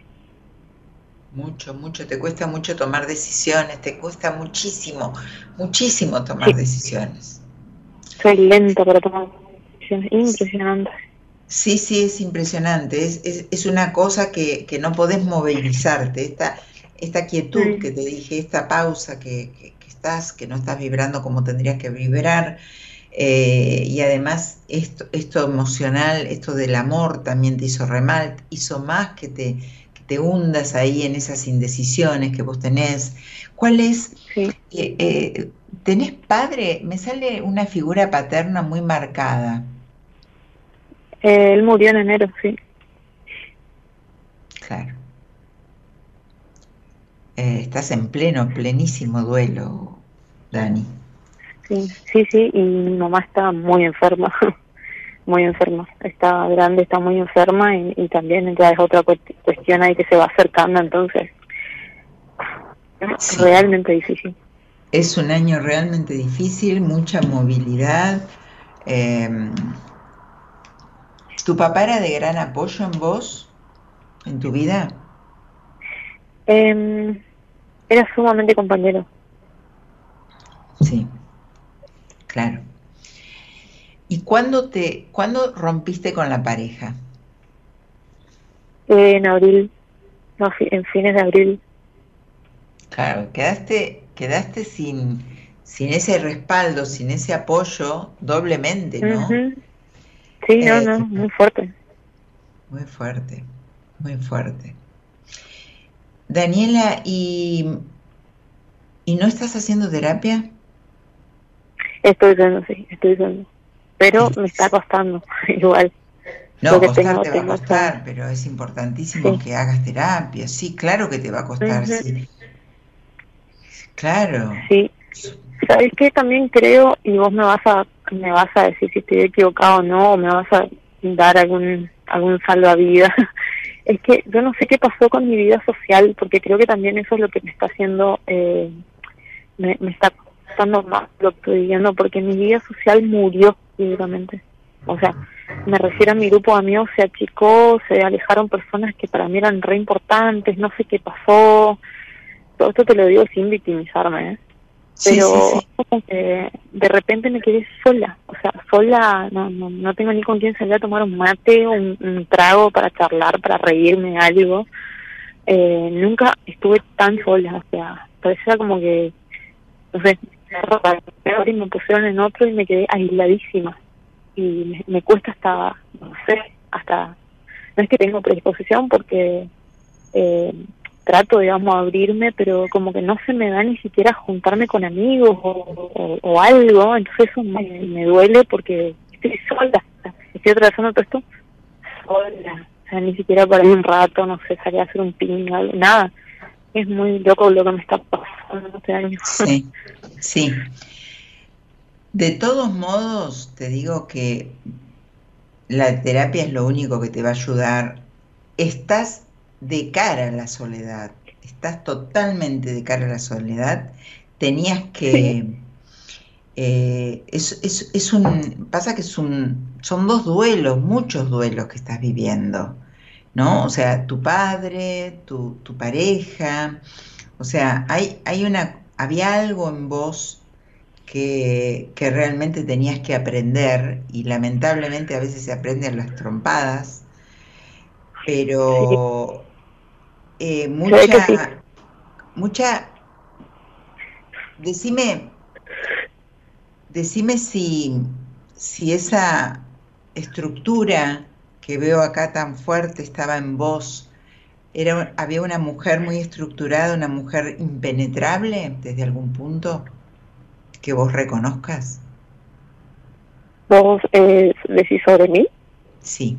Mucho, te cuesta mucho tomar decisiones, te cuesta muchísimo, muchísimo Sí, tomar decisiones. soy lenta para tomar decisiones, impresionante. Sí, es impresionante, es una cosa que no podés movilizarte, esta quietud que te dije, esta pausa que no estás vibrando como tendrías que vibrar, y además esto emocional, esto del amor también te hizo re mal, hizo más que te hundas ahí en esas indecisiones que vos tenés. ¿Cuál es? Sí. ¿Tenés padre? Me sale una figura paterna muy marcada. Él murió en enero, sí. Claro. Estás en plenísimo duelo, Dani. Sí, y mi mamá está muy enferma, muy enferma. Está grande, está muy enferma, y también ya es otra cuestión ahí que se va acercando, entonces Sí. Realmente difícil. Es un año realmente difícil, mucha movilidad. ¿Tu papá era de gran apoyo en vos, en tu vida? Era sumamente compañero. Sí, claro. ¿Y cuándo rompiste con la pareja? En abril, no, en fines de abril. Claro, quedaste sin ese respaldo, sin ese apoyo, doblemente, ¿no? Sí, no, muy fuerte. Muy fuerte, muy fuerte. Daniela, ¿y no estás haciendo terapia? Estoy yendo. Pero me está costando, igual. No, costar te va a costar, pero es importantísimo que hagas terapia. Sí, claro que te va a costar, sí. Claro. Sí. ¿Sabes qué? También creo, y vos me vas a decir si estoy equivocado o no, o me vas a dar algún salvavidas. Es que yo no sé qué pasó con mi vida social, porque creo que también eso es lo que me está haciendo, me está costando más lo que estoy viviendo, porque mi vida social murió directamente. O sea, me refiero a mi grupo de amigos, se achicó, se alejaron personas que para mí eran re importantes, no sé qué pasó. Todo esto te lo digo sin victimizarme, pero sí. Como que de repente me quedé sola, o sea, sola, no tengo ni con quién salir a tomar un mate, un trago para charlar, para reírme, algo. Nunca estuve tan sola, o sea, parecía como que, no sé, me pusieron en otro y me quedé aisladísima. Y me cuesta hasta, no sé, no es que tengo predisposición, porque trato, digamos, abrirme, pero como que no se me da ni siquiera juntarme con amigos o algo. Entonces eso me duele, porque estoy sola, estoy atravesando todo esto sola, o sea, ni siquiera para ir un rato, no sé, salir a hacer un ping, algo, nada. Es muy loco lo que me está pasando este año. Sí. De todos modos, te digo que la terapia es lo único que te va a ayudar. Estás de cara a la soledad, estás totalmente de cara a la soledad. Tenías que... pasa que son dos duelos, muchos duelos que estás viviendo, ¿no? O sea, tu padre, tu pareja, o sea, había algo en vos que realmente tenías que aprender, y lamentablemente a veces se aprende a las trompadas, pero Se ve que sí. mucha, decime si esa estructura que veo acá tan fuerte estaba en vos. ¿Había una mujer muy estructurada, una mujer impenetrable desde algún punto que vos reconozcas? ¿Vos decís sobre mí? Sí.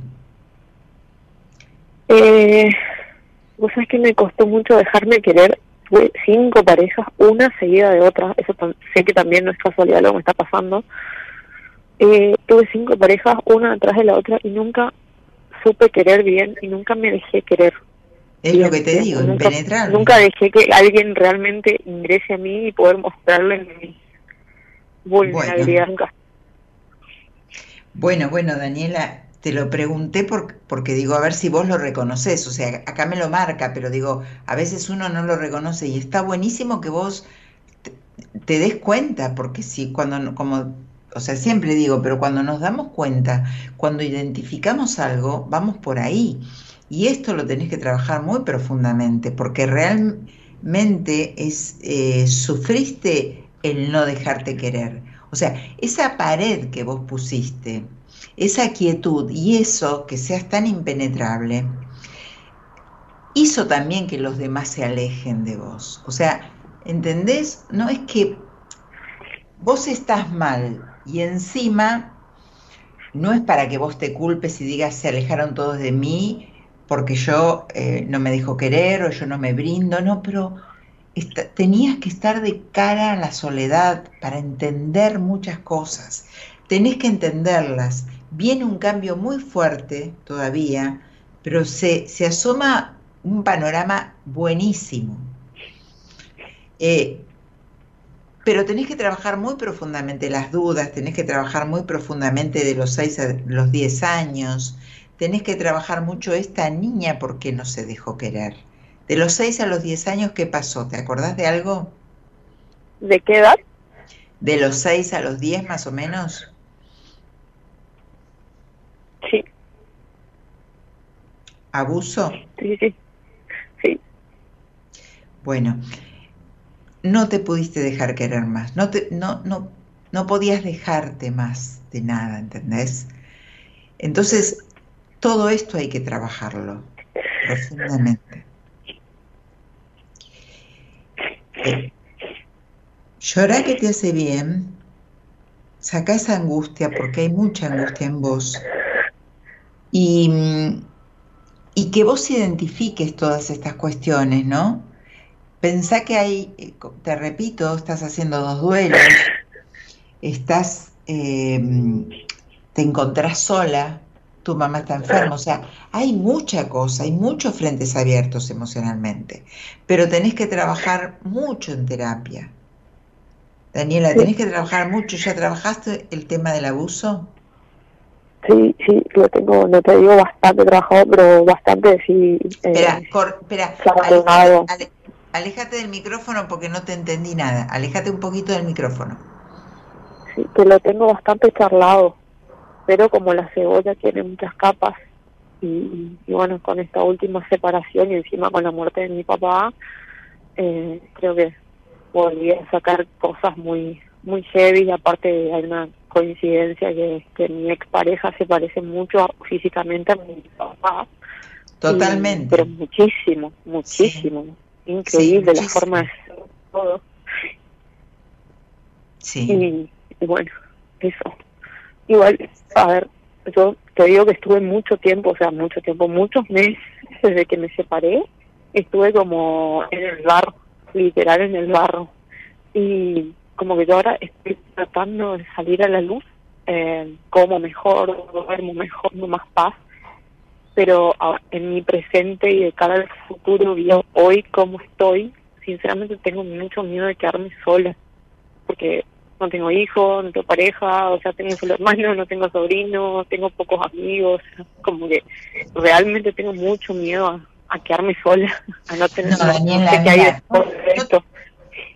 Vos sabés que me costó mucho dejarme querer. Tuve 5 parejas, una seguida de otra. Eso sé que también no es casualidad lo que me está pasando. Tuve 5 parejas, una atrás de la otra, y nunca supe querer bien y nunca me dejé querer. Es bien, lo que te digo, impenetrable. Nunca dejé que alguien realmente ingrese a mí y poder mostrarle mi vulnerabilidad. Nunca. Bueno, Daniela, te lo pregunté porque digo, a ver si vos lo reconoces. O sea, acá me lo marca, pero digo, a veces uno no lo reconoce y está buenísimo que vos te des cuenta, porque si cuando, o sea, siempre digo, pero cuando nos damos cuenta, cuando identificamos algo, vamos por ahí. Y esto lo tenés que trabajar muy profundamente, porque realmente sufriste el no dejarte querer. O sea, esa pared que vos pusiste, esa quietud y eso, que seas tan impenetrable, hizo también que los demás se alejen de vos. O sea, ¿entendés? No es que vos estás mal y encima no es para que vos te culpes y digas se alejaron todos de mí porque yo no me dejo querer o yo no me brindo, no, pero tenías que estar de cara a la soledad para entender muchas cosas. Tenés que entenderlas. Viene un cambio muy fuerte todavía, pero se asoma un panorama buenísimo. Pero tenés que trabajar muy profundamente las dudas, tenés que trabajar muy profundamente de los 6 a los 10 años, tenés que trabajar mucho esta niña porque no se dejó querer. De los 6 a los 10 años, ¿qué pasó? ¿Te acordás de algo? ¿De qué edad? De los 6 a los 10 más o menos. Sí. ¿Abuso? Sí. Bueno, no te pudiste dejar querer más, no podías dejarte más de nada, ¿entendés? Entonces, todo esto hay que trabajarlo profundamente. Llorar que te hace bien, saca esa angustia, porque hay mucha angustia en vos, y que vos identifiques todas estas cuestiones, ¿no? Pensá que hay, te repito, estás haciendo 2 duelos, te encontrás sola, tu mamá está enferma, o sea, hay mucha cosa, hay muchos frentes abiertos emocionalmente, pero tenés que trabajar mucho en terapia. Daniela, tenés que trabajar mucho. ¿Ya trabajaste el tema del abuso? Sí, lo tengo, no te digo bastante trabajado, pero bastante sí. Espera, aléjate del micrófono porque no te entendí nada. Aléjate un poquito del micrófono. Sí, que lo tengo bastante charlado, pero como la cebolla tiene muchas capas, y bueno, con esta última separación y encima con la muerte de mi papá, creo que volví a sacar cosas muy heavy. Aparte hay una coincidencia que mi expareja se parece mucho físicamente a mi papá. Totalmente. Pero muchísimo. Sí. Increíble, sí, la forma de ser, todo. Sí. Y bueno, eso. Igual, a ver, yo te digo que estuve muchos meses desde que me separé, estuve como en el barro, literal en el barro, y como que yo ahora estoy tratando de salir a la luz, como mejor, duermo mejor, no más paz, pero en mi presente y de cara al futuro, yo hoy como estoy, sinceramente tengo mucho miedo de quedarme sola, porque no tengo hijos, no tengo pareja, o sea, tengo solo hermanos, no tengo sobrinos, tengo pocos amigos, como que realmente tengo mucho miedo a quedarme sola, a no tener, Daniela, no sé qué hay después de esto.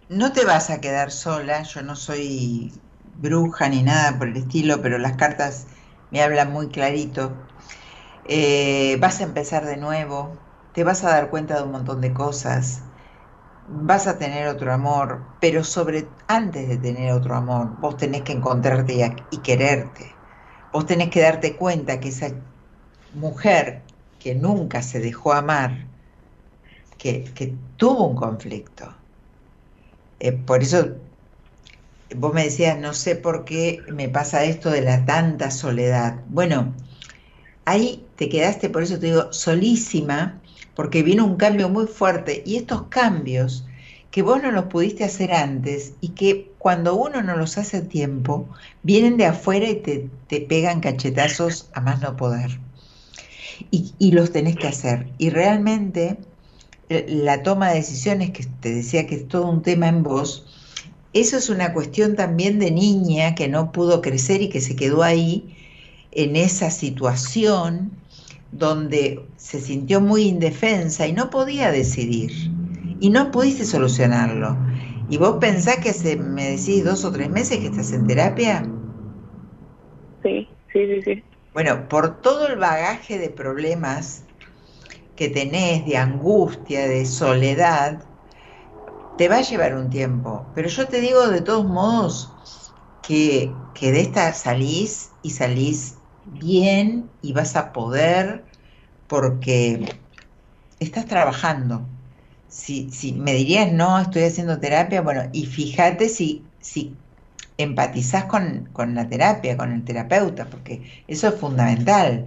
no te vas a quedar sola, yo no soy bruja ni nada por el estilo, pero las cartas me hablan muy clarito. Vas a empezar de nuevo, te vas a dar cuenta de un montón de cosas, vas a tener otro amor, pero antes de tener otro amor, vos tenés que encontrarte y quererte. Vos tenés que darte cuenta que esa mujer que nunca se dejó amar, que tuvo un conflicto. Por eso vos me decías, no sé por qué me pasa esto de la tanta soledad. Bueno, ahí te quedaste, por eso te digo, solísima, porque vino un cambio muy fuerte y estos cambios que vos no los pudiste hacer antes y que cuando uno no los hace a tiempo, vienen de afuera y te pegan cachetazos a más no poder. Y los tenés que hacer. Y realmente la toma de decisiones, que te decía que es todo un tema en vos, eso es una cuestión también de niña que no pudo crecer y que se quedó ahí en esa situación donde se sintió muy indefensa y no podía decidir y no pudiste solucionarlo. ¿Y vos pensás que me decís 2 o 3 meses que estás en terapia? Sí, sí, sí, sí. Bueno, por todo el bagaje de problemas que tenés, de angustia, de soledad, te va a llevar un tiempo. Pero yo te digo de todos modos que de esta salís y salís bien y vas a poder porque estás trabajando. Si me dirías, no, estoy haciendo terapia, bueno, y fíjate si empatizás con la terapia, con el terapeuta, porque eso es fundamental.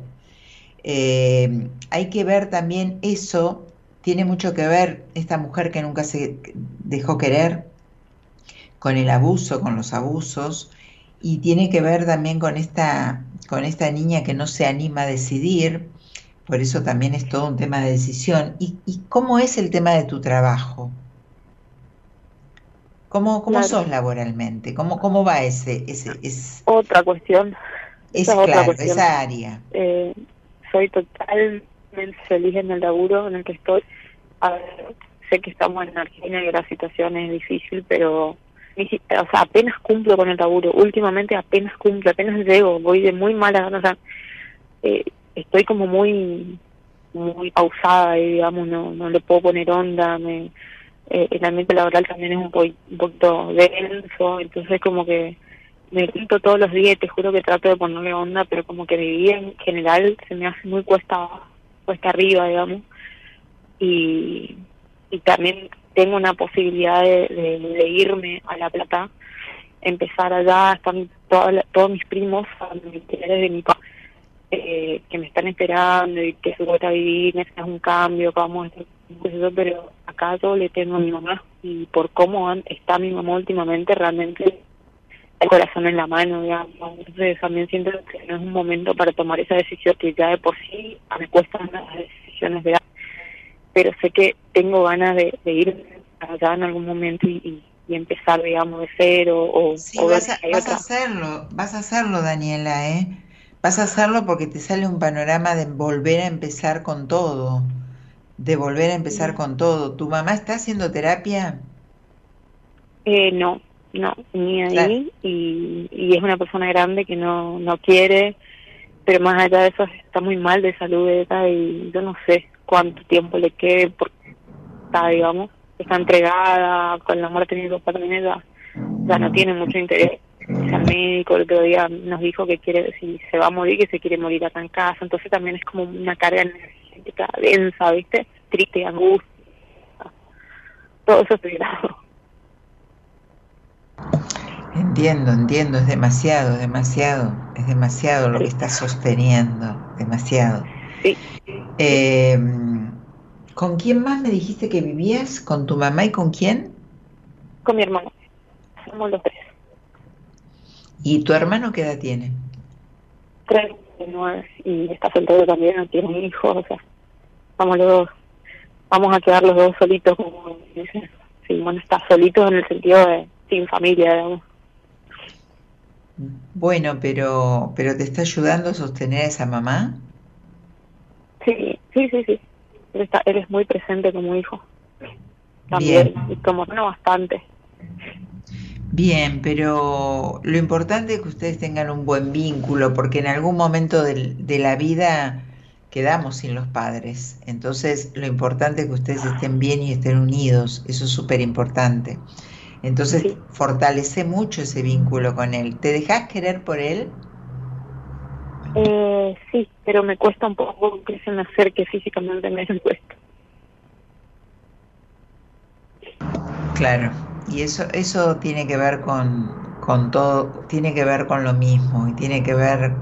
Hay que ver también eso, tiene mucho que ver esta mujer que nunca se dejó querer, con el abuso, con los abusos, y tiene que ver también con esta niña que no se anima a decidir, por eso también es todo un tema de decisión. ¿Y cómo es el tema de tu trabajo? ¿Cómo Claro. sos laboralmente? ¿Cómo va ese Otra cuestión. Esa es otra claro, cuestión. esa área? Soy totalmente feliz en el laburo en el que estoy. A ver, sé que estamos en Argentina y la situación es difícil, pero o sea, apenas cumplo con el laburo. Últimamente apenas cumplo, apenas llego, voy de muy mala gana. O sea, estoy como muy pausada, digamos, no le puedo poner onda. El ambiente laboral también es un poquito denso, entonces como que me pinto todos los días y te juro que trato de ponerle onda, pero como que mi vida en general se me hace muy cuesta arriba, digamos, y también tengo una posibilidad de irme a La Plata, empezar allá, están todos mis primos familiares de mi papá, que me están esperando y que se vuelva a vivir, necesitas un cambio, que vamos a estar, pero acá yo le tengo a mi mamá y por cómo está mi mamá últimamente, realmente el corazón en la mano, digamos. Entonces también siento que no es un momento para tomar esa decisión, que ya de por sí me cuestan las decisiones, ¿verdad? Pero sé que tengo ganas de ir allá en algún momento y empezar, digamos, de cero sí, vas a hacerlo, Daniela, vas a hacerlo porque te sale un panorama de volver a empezar con todo, ¿Tu mamá está haciendo terapia? No, ni ahí, claro. Y es una persona grande que no quiere, pero más allá de eso está muy mal de salud ella, y yo no sé cuánto tiempo le quede, porque está entregada con la muerte de mi papá también. Ella ya no tiene mucho interés. El médico el otro día nos dijo que quiere, si se va a morir, que se quiere morir acá en casa, entonces también es como una carga energética densa, ¿viste? Triste, angustia, todo eso estoy grado. Entiendo, es demasiado lo que estás sosteniendo, demasiado. Sí. ¿Con quién más me dijiste que vivías? ¿Con tu mamá y con quién? Con mi hermano, somos los 3. ¿Y tu hermano qué edad tiene? 39, y está soltero también, tiene hijos, o sea, vamos a quedar los dos solitos, como dicen. Sí, bueno, está solitos en el sentido de sin familia, digamos. Bueno, pero ¿te está ayudando a sostener a esa mamá? Sí. Él es muy presente como hijo. También, bien. Y como hermano bastante. Bien, pero lo importante es que ustedes tengan un buen vínculo, porque en algún momento de la vida quedamos sin los padres. Entonces, lo importante es que ustedes estén bien y estén unidos. Eso es súper importante. Entonces, Sí, fortalece mucho ese vínculo con él. ¿Te dejás querer por él? sí, pero me cuesta un poco que se me acerque físicamente, me cuesta. Claro. Y eso tiene que ver con todo, tiene que ver con lo mismo y tiene que ver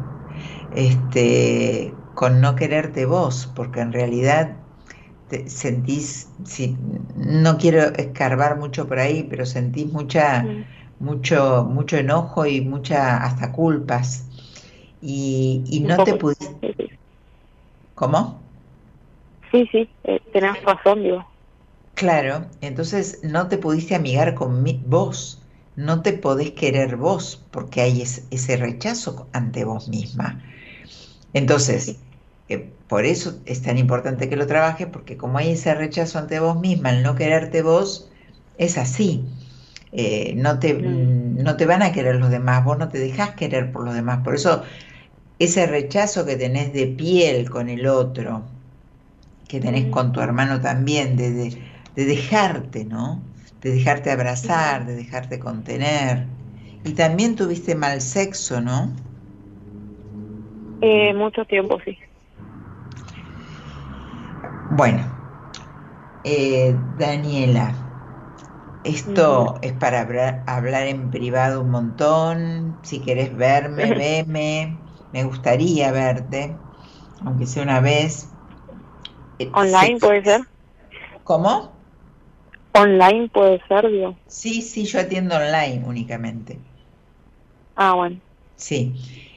con no quererte vos, porque en realidad te sentís, si, no quiero escarbar mucho por ahí, pero sentís Mm, mucho enojo y mucha hasta culpas. Y un no te poco. pudiste, Sí, sí, ¿cómo? sí, sí, tenés razón, digo. Claro, entonces no te pudiste amigar con vos, no te podés querer vos, porque hay ese rechazo ante vos misma. Sí. Entonces, por eso es tan importante que lo trabajes, porque como hay ese rechazo ante vos misma, el no quererte vos, es así. Mm, No te van a querer los demás, vos no te dejás querer por los demás. Por eso, ese rechazo que tenés de piel con el otro, que tenés mm, con tu hermano también, de dejarte, ¿no? De dejarte abrazar, mm. de dejarte contener. Y también tuviste mal sexo, ¿no? Mucho tiempo, sí. Bueno, Daniela, Ujú. esto es para hablar en privado un montón. Si querés verme, veme. Me gustaría verte, aunque sea una vez. Online puede ser. ¿Cómo? Online puede ser, digo. Sí, sí, yo atiendo online únicamente. Ah, bueno. Sí.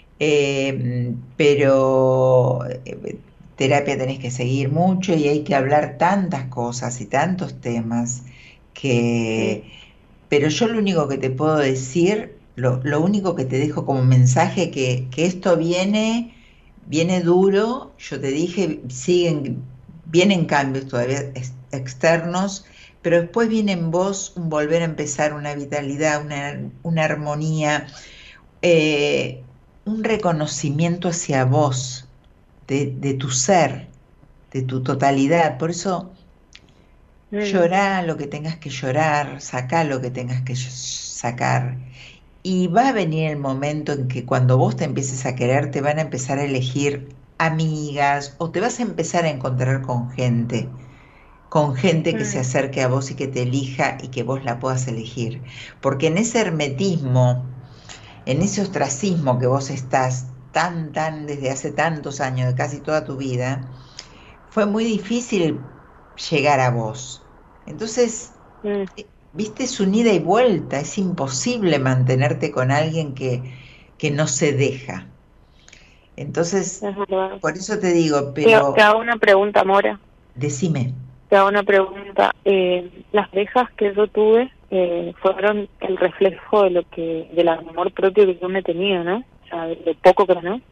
Pero terapia tenés que seguir mucho y hay que hablar tantas cosas y tantos temas Mm, que... Pero yo lo único que te puedo decir, lo único que te dejo como mensaje, que esto viene duro, yo te dije, vienen cambios todavía externos, pero después viene en vos un volver a empezar una vitalidad, una armonía, eh, un reconocimiento hacia vos, de tu ser, de tu totalidad. Por eso mm, llorá lo que tengas que llorar, sacá lo que tengas que sacar. Y va a venir el momento en que cuando vos te empieces a querer, te van a empezar a elegir amigas o te vas a empezar a encontrar con gente que se mm, acerque a vos y que te elija y que vos la puedas elegir. Porque en ese hermetismo, en ese ostracismo que vos estás tan desde hace tantos años, de casi toda tu vida, fue muy difícil llegar a vos. Entonces, mm. viste, es un ida y vuelta, es imposible mantenerte con alguien que no se deja. Entonces, Es verdad. por eso te digo, Te pero hago una pregunta, Mora. decime, Te hago una pregunta. Las parejas que yo tuve fueron el reflejo de lo que, del amor propio que yo me tenía, ¿no? O sea, de poco que no.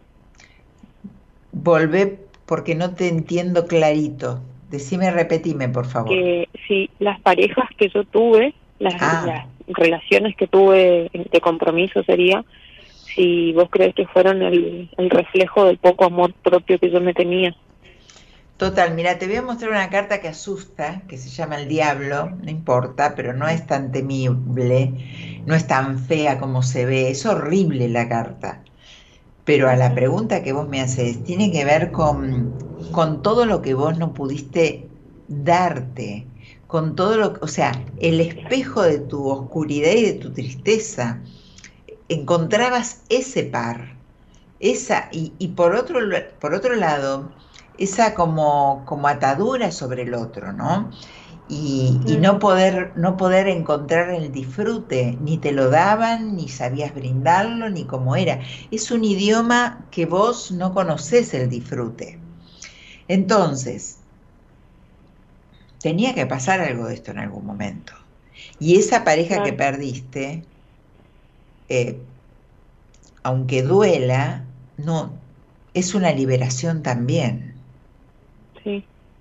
volvé porque no te entiendo clarito. Decime, repetime, por favor. Que si las parejas que yo tuve, Ah, las relaciones que tuve de compromiso sería, si vos crees que fueron el reflejo del poco amor propio que yo me tenía. total, mira, te voy a mostrar una carta que asusta, que se llama el diablo, no importa, pero no es tan temible, no es tan fea como se ve, es horrible la carta. Pero a la Ujú, pregunta que vos me haces, tiene que ver con todo lo que vos no pudiste darte, con todo lo que, o sea, el espejo de tu oscuridad y de tu tristeza. Encontrabas ese par, y por otro lado, esa como atadura sobre el otro, ¿no? Y mm, no poder encontrar el disfrute, ni te lo daban, ni sabías brindarlo, ni cómo era. Es un idioma que vos no conocés el disfrute. Entonces, tenía que pasar algo de esto en algún momento. Y esa pareja que claro, perdiste, eh, aunque duela, no, es una liberación también. sí.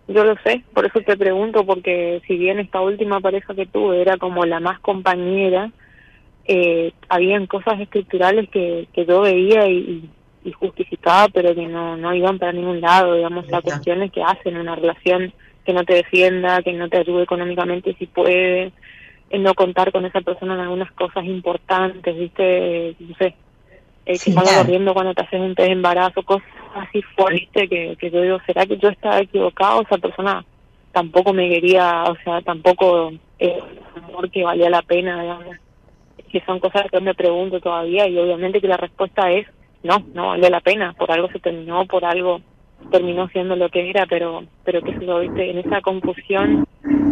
yo lo sé, por eso te pregunto, porque si bien esta última pareja que tuve era como la más compañera, habían cosas estructurales que yo veía y justificaba, pero que no iban para ningún lado, digamos, las cuestiones que hacen una relación, que no te defienda, que no te ayude económicamente si puede, no contar con esa persona en algunas cosas importantes, ¿viste? No sé, que salga corriendo cuando te haces un test de embarazo, cosas así fuertes que yo digo, ¿será que yo estaba equivocado? Esa persona tampoco me quería, o sea, tampoco es un amor que valía la pena, digamos, que son cosas que yo me pregunto todavía, y obviamente que la respuesta es no vale la pena, por algo se terminó, por algo terminó siendo lo que era, pero que se lo viste en esa confusión,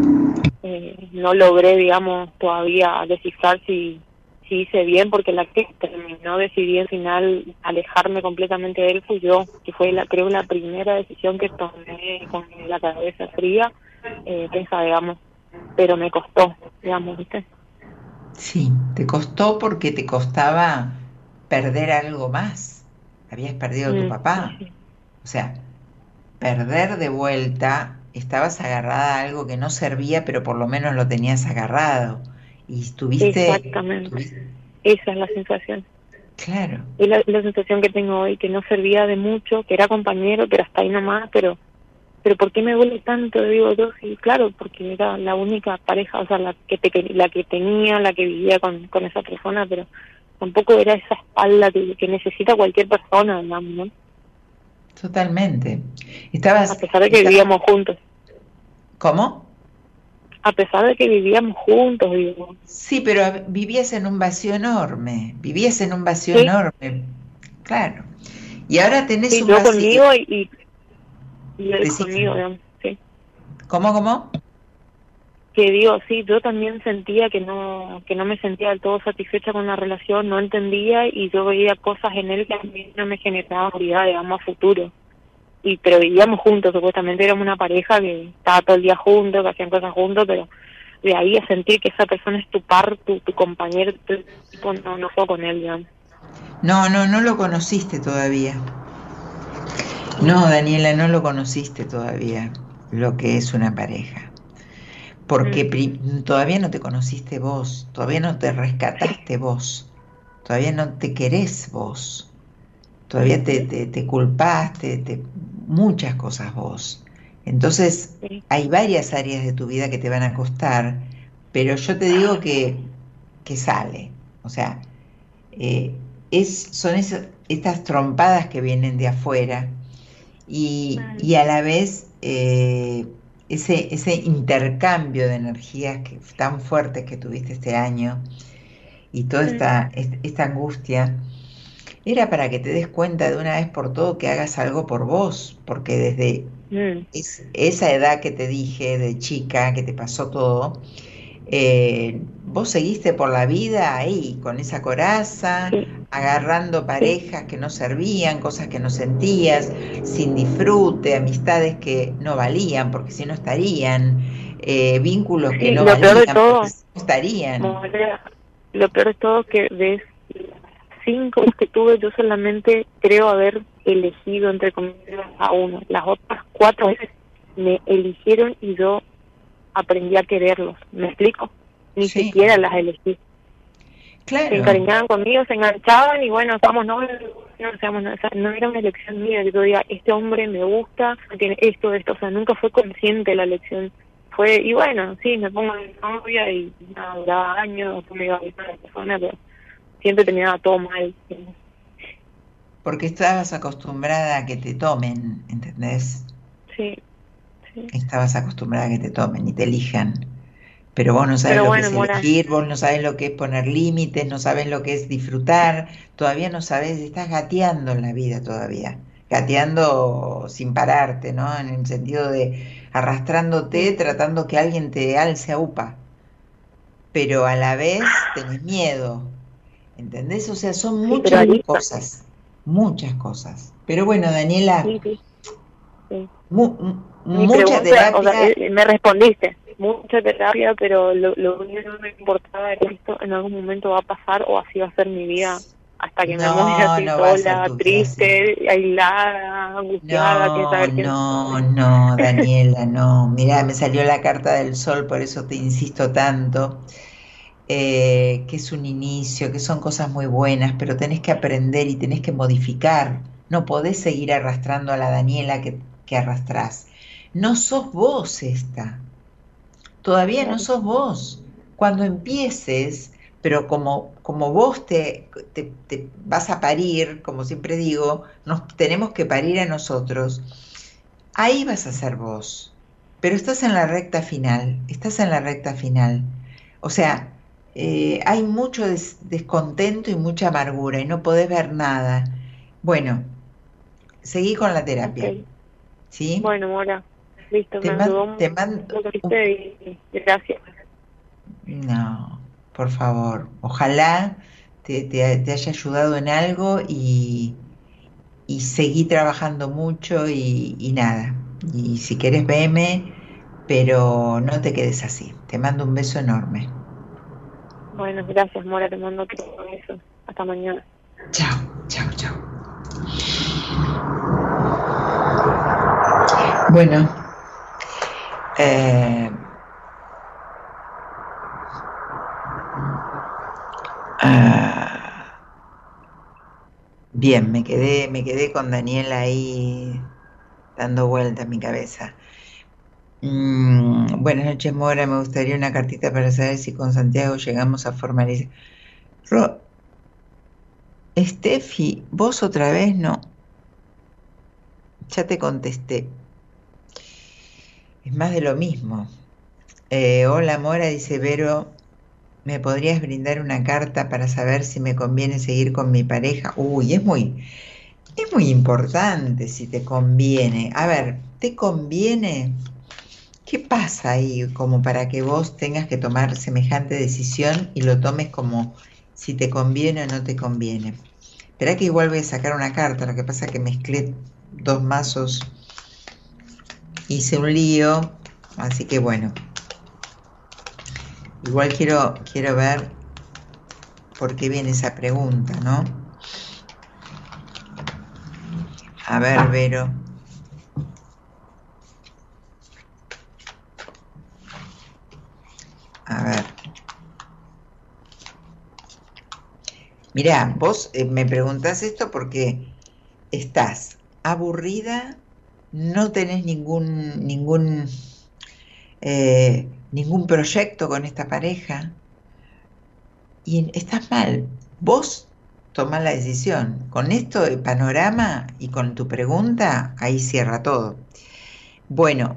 no logré, digamos, todavía descifrar si hice bien, porque la que terminó, decidí al final alejarme completamente de él fui yo, que fue creo la primera decisión que tomé con la cabeza fría, esa, digamos, pero me costó, digamos, ¿viste? Sí, te costó porque te costaba perder algo más. Habías perdido a tu papá. Sí. O sea, perder de vuelta, estabas agarrada a algo que no servía, pero por lo menos lo tenías agarrado. Y Exactamente. Esa es la sensación. Claro. Es la sensación que tengo hoy, que no servía de mucho, que era compañero, pero hasta ahí nomás, pero ¿por qué me duele tanto? Digo yo, sí, claro, porque era la única pareja, o sea, la que tenía, la que vivía con esa persona, pero tampoco era esa espalda que necesita cualquier persona, digamos, ¿no? Totalmente. A pesar de que vivíamos juntos. ¿Cómo? A pesar de que vivíamos juntos, digo. Sí, pero vivías en un vacío enorme, enorme, claro. Y ahora tenés un yo vacío. Conmigo y él conmigo, digamos, sí. ¿Cómo? Que digo, sí, yo también sentía que no me sentía del todo satisfecha con la relación, no entendía, y yo veía cosas en él que a mí no me generaban seguridad, digamos, a futuro. Pero vivíamos juntos, supuestamente éramos una pareja que estaba todo el día juntos, que hacían cosas juntos, pero de ahí a sentir que esa persona es tu compañero, no fue con él, digamos. No lo conociste todavía. No, Daniela, no lo conociste todavía, lo que es una pareja. Porque todavía no te conociste vos, todavía no te rescataste vos, todavía no te querés vos, todavía te culpaste, muchas cosas vos. Entonces, hay varias áreas de tu vida que te van a costar, pero yo te digo que sale. O sea, son estas trompadas que vienen de afuera y a la vez ese intercambio de energías tan fuertes que tuviste este año y toda esta angustia, era para que te des cuenta de una vez por todo que hagas algo por vos, porque desde esa edad que te dije, de chica, que te pasó todo, vos seguiste por la vida ahí, con esa coraza, agarrando parejas que no servían, cosas que no sentías, sin disfrute, amistades que no valían, porque si no estarían, vínculos que no valían, porque si no estarían. Lo peor de todo es que ves 5 que tuve, yo solamente creo haber elegido, entre comillas, a uno. Las otras 4 veces me eligieron y yo aprendí a quererlos. ¿Me explico? Ni siquiera las elegí. Claro. Se encariñaban conmigo, se enganchaban y bueno, estamos novios, no era una elección mía que yo diga, este hombre me gusta, tiene esto, o sea, nunca fue consciente la elección. Y bueno, sí, me pongo de novia y duraba años, después me iba a ver a la persona, pero siempre terminaba todo mal. Porque estabas acostumbrada a que te tomen, ¿entendés? Sí. Estabas acostumbrada a que te tomen y te elijan. Pero vos no sabes lo que es elegir, vos no sabes lo que es poner límites, no sabes lo que es disfrutar, todavía no sabes, estás gateando en la vida todavía, gateando sin pararte, ¿no? En el sentido de arrastrándote, tratando que alguien te alce a upa, pero a la vez tenés miedo, ¿entendés? O sea, son muchas cosas. Pero bueno, Daniela, mucha terapia. O sea, me respondiste, mucha terapia, pero lo único que me importaba era esto en algún momento va a pasar o así va a ser mi vida hasta hasta que me muera así no va a ser sola, tu vida así. triste, aislada, angustiada, que saber quién soy. No, Daniela, no. Mirá, me salió la carta del sol, por eso te insisto tanto, que es un inicio, que son cosas muy buenas, pero tenés que aprender y tenés que modificar. No podés seguir arrastrando a la Daniela que arrastrás. No sos vos esta. Todavía no Claro. sos vos. Cuando empieces, pero como vos te vas a parir, como siempre digo, nos tenemos que parir a nosotros, ahí vas a ser vos. Pero estás en la recta final, estás en la recta final. O sea, hay mucho descontento y mucha amargura y no podés ver nada. Bueno, seguí con la terapia, Ok. ¿sí? Bueno, Mora, listo, me ayudó Te mucho mando... lo que viste y gracias. No, por favor, ojalá te haya ayudado en algo y seguí trabajando mucho y nada. Y si querés veme, pero no te quedes así. Te mando un beso enorme. Bueno, gracias, Mora, te mando todo eso. Hasta mañana. Chao, chao, chao. Bueno, eh, bien, me quedé con Daniela ahí dando vuelta en mi cabeza. Buenas noches, Mora. Me gustaría una cartita para saber si con Santiago llegamos a formalizar. Steffi, vos otra vez no. Ya te contesté. Es más de lo mismo. Hola, Mora, dice Vero. ¿Me podrías brindar una carta para saber si me conviene seguir con mi pareja? Uy, es muy importante si te conviene. A ver, ¿te conviene? ¿Qué pasa ahí como para que vos tengas que tomar semejante decisión y lo tomes como si te conviene o no te conviene? Esperá que igual voy a sacar una carta, lo que pasa es que mezclé dos mazos, hice un lío, así que bueno. Igual quiero ver por qué viene esa pregunta, ¿no? A ver, Vero. A ver. Mirá, vos me preguntás esto porque estás aburrida, no tenés ningún proyecto con esta pareja y estás mal. Vos tomás la decisión. Con esto, el panorama y con tu pregunta, ahí cierra todo. Bueno,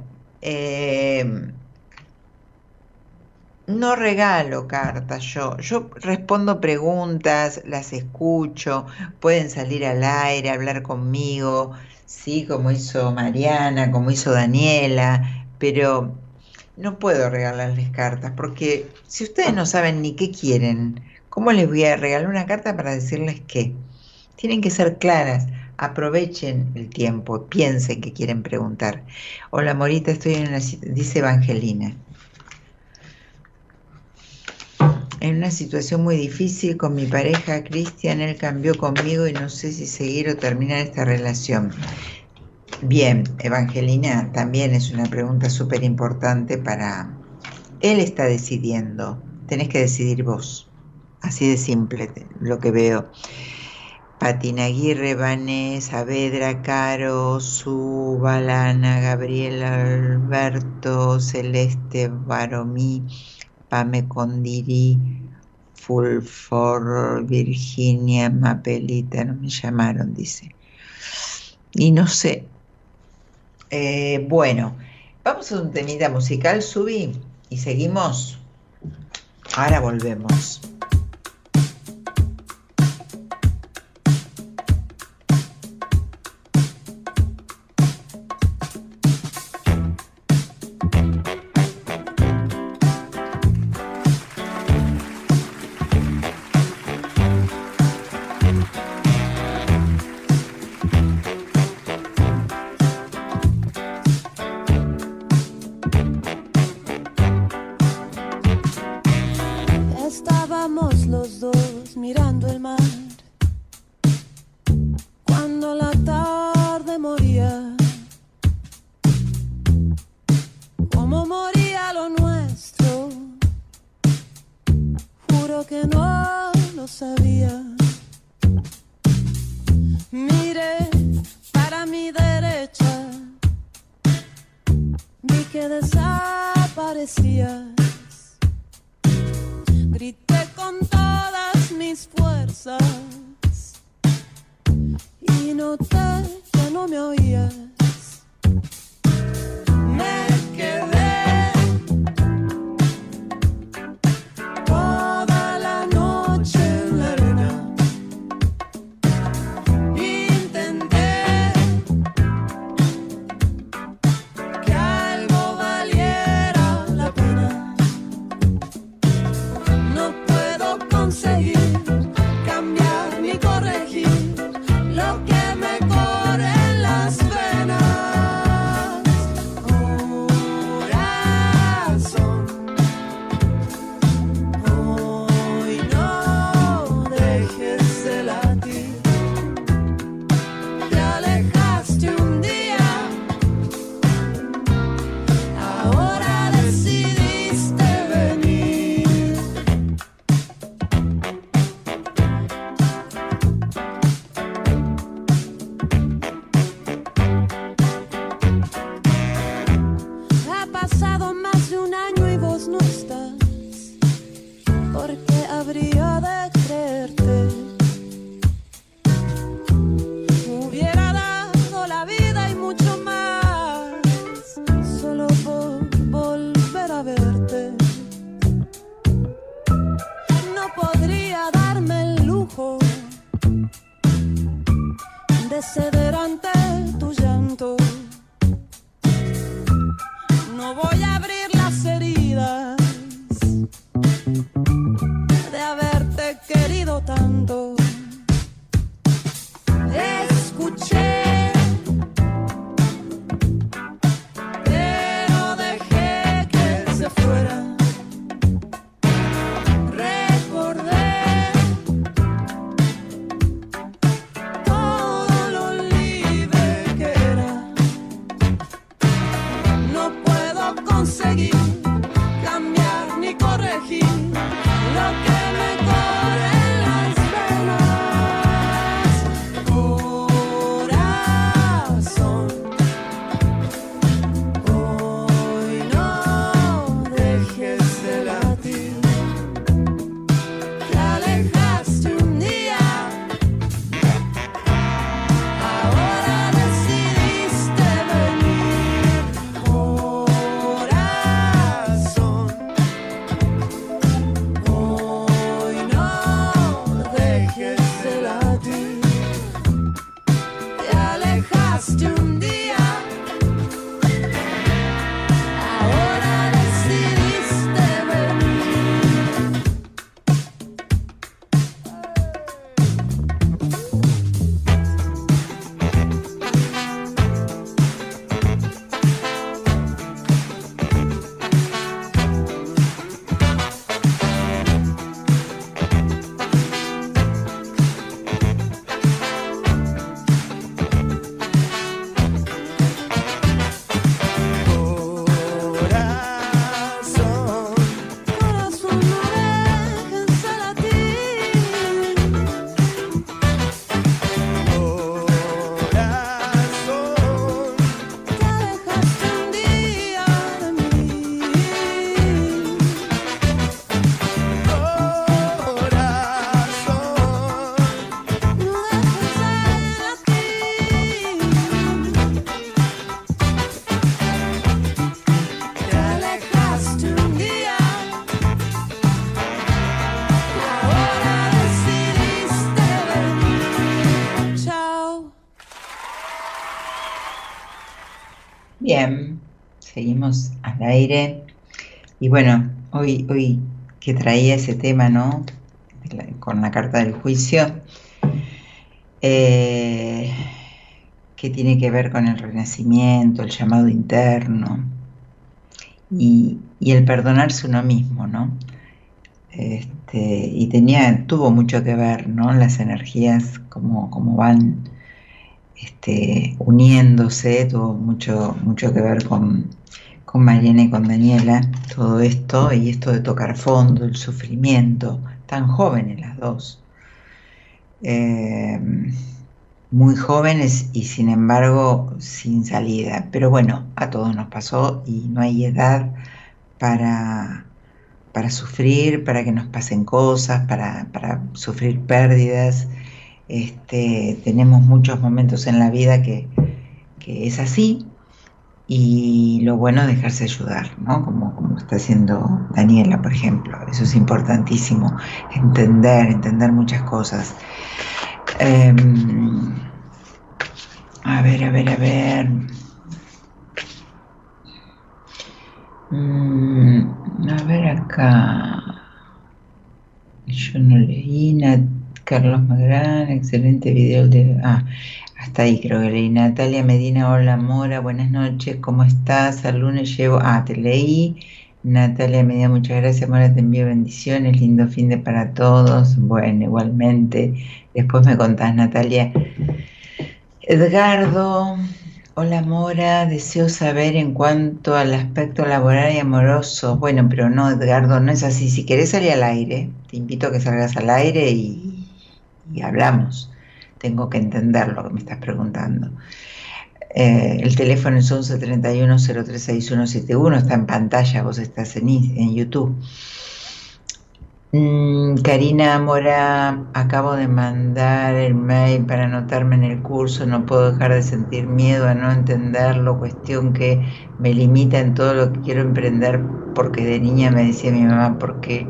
no regalo cartas yo respondo preguntas, las escucho, pueden salir al aire, hablar conmigo, sí, como hizo Mariana, como hizo Daniela, pero no puedo regalarles cartas, porque si ustedes no saben ni qué quieren, ¿cómo les voy a regalar una carta para decirles qué? Tienen que ser claras, aprovechen el tiempo, piensen que quieren preguntar. Hola, Morita, estoy en una dice Evangelina. En una situación muy difícil con mi pareja Cristian, él cambió conmigo y no sé si seguir o terminar esta relación. Bien, Evangelina, también es una pregunta súper importante para... Él está decidiendo, tenés que decidir vos, así de simple lo que veo. Patina Aguirre, Vanessa, Saavedra, Caro, Su, Balana, Gabriela, Alberto, Celeste, Baromí, Pame Condiri, Fulfor, Virginia, Mapelita, no me llamaron, dice. Y no sé. Bueno, vamos a un temita musical, Subi, y seguimos. Ahora volvemos. Estábamos los dos mirando el mar cuando la tarde moría, como moría lo nuestro, juro que no lo sabía. Miré para mi derecha, vi que desaparecías. Grité con todas mis fuerzas y noté que no me oías. Me quedé toda la noche en la arena. Intenté que algo valiera la pena. No puedo conseguir cambiar ni corregir lo que me corre en las venas. Corazón, hoy no dejes de latir. Te alejaste un día, ahora decidiste venir. Ha pasado más de un año y vos no estás. ¿Por qué habría de creerte? Hubiera dado la vida y mucho más solo por volver a verte. No podría darme el lujo de ceder ante tu llanto. No voy a abrir las heridas de haberte querido tanto. Escuché, pero dejé que se fuera. Recordé todo lo libre que era. No puedo conseguir cambiar ni corregir lo que me corre en las venas. Corazón, hoy no dejes de latir. Te alejaste un día, ahora decidiste venir. Corazón, hoy no dejes de latir. Te alejaste un día, ahora decidiste venir. Corazón, corazón, no dejes de latir. Corazón, te alejaste un día de mí. Corazón, no dejes de latir. Te alejaste un día, ahora decidiste venir. Chao. Bien, seguimos al aire. Y bueno, hoy que traía ese tema, ¿no? Con la carta del juicio, que tiene que ver con el renacimiento, el llamado interno y el perdonarse uno mismo, ¿no? Y tuvo mucho que ver, ¿no? Las energías, como van uniéndose, tuvo mucho que ver con Mariana y con Daniela, todo esto, y esto de tocar fondo, el sufrimiento, tan jóvenes las dos, muy jóvenes y sin embargo sin salida. Pero bueno, a todos nos pasó y no hay edad para sufrir, para que nos pasen cosas, para sufrir pérdidas. Tenemos muchos momentos en la vida que es así, y lo bueno es dejarse ayudar, ¿no? Como está haciendo Daniela, por ejemplo. Eso es importantísimo, entender muchas cosas. A ver. A ver acá. Yo no leí. Carlos Magrán, excelente video hasta ahí creo que leí. Natalia Medina, hola Mora, buenas noches, ¿cómo estás? Al lunes llevo. Te leí. Natalia Medina, muchas gracias, Mora, te envío bendiciones, lindo fin de para todos. Bueno, igualmente. Después me contás, Natalia. Edgardo, hola Mora, deseo saber en cuanto al aspecto laboral y amoroso. Bueno, pero no, Edgardo, no es así. Si querés salir al aire, te invito a que salgas al aire y hablamos. Tengo que entender lo que me estás preguntando. El teléfono es 11 31 03 6171, está en pantalla, vos estás en YouTube. Karina Mora, acabo de mandar el mail para anotarme en el curso, no puedo dejar de sentir miedo a no entenderlo, cuestión que me limita en todo lo que quiero emprender, porque de niña me decía mi mamá por qué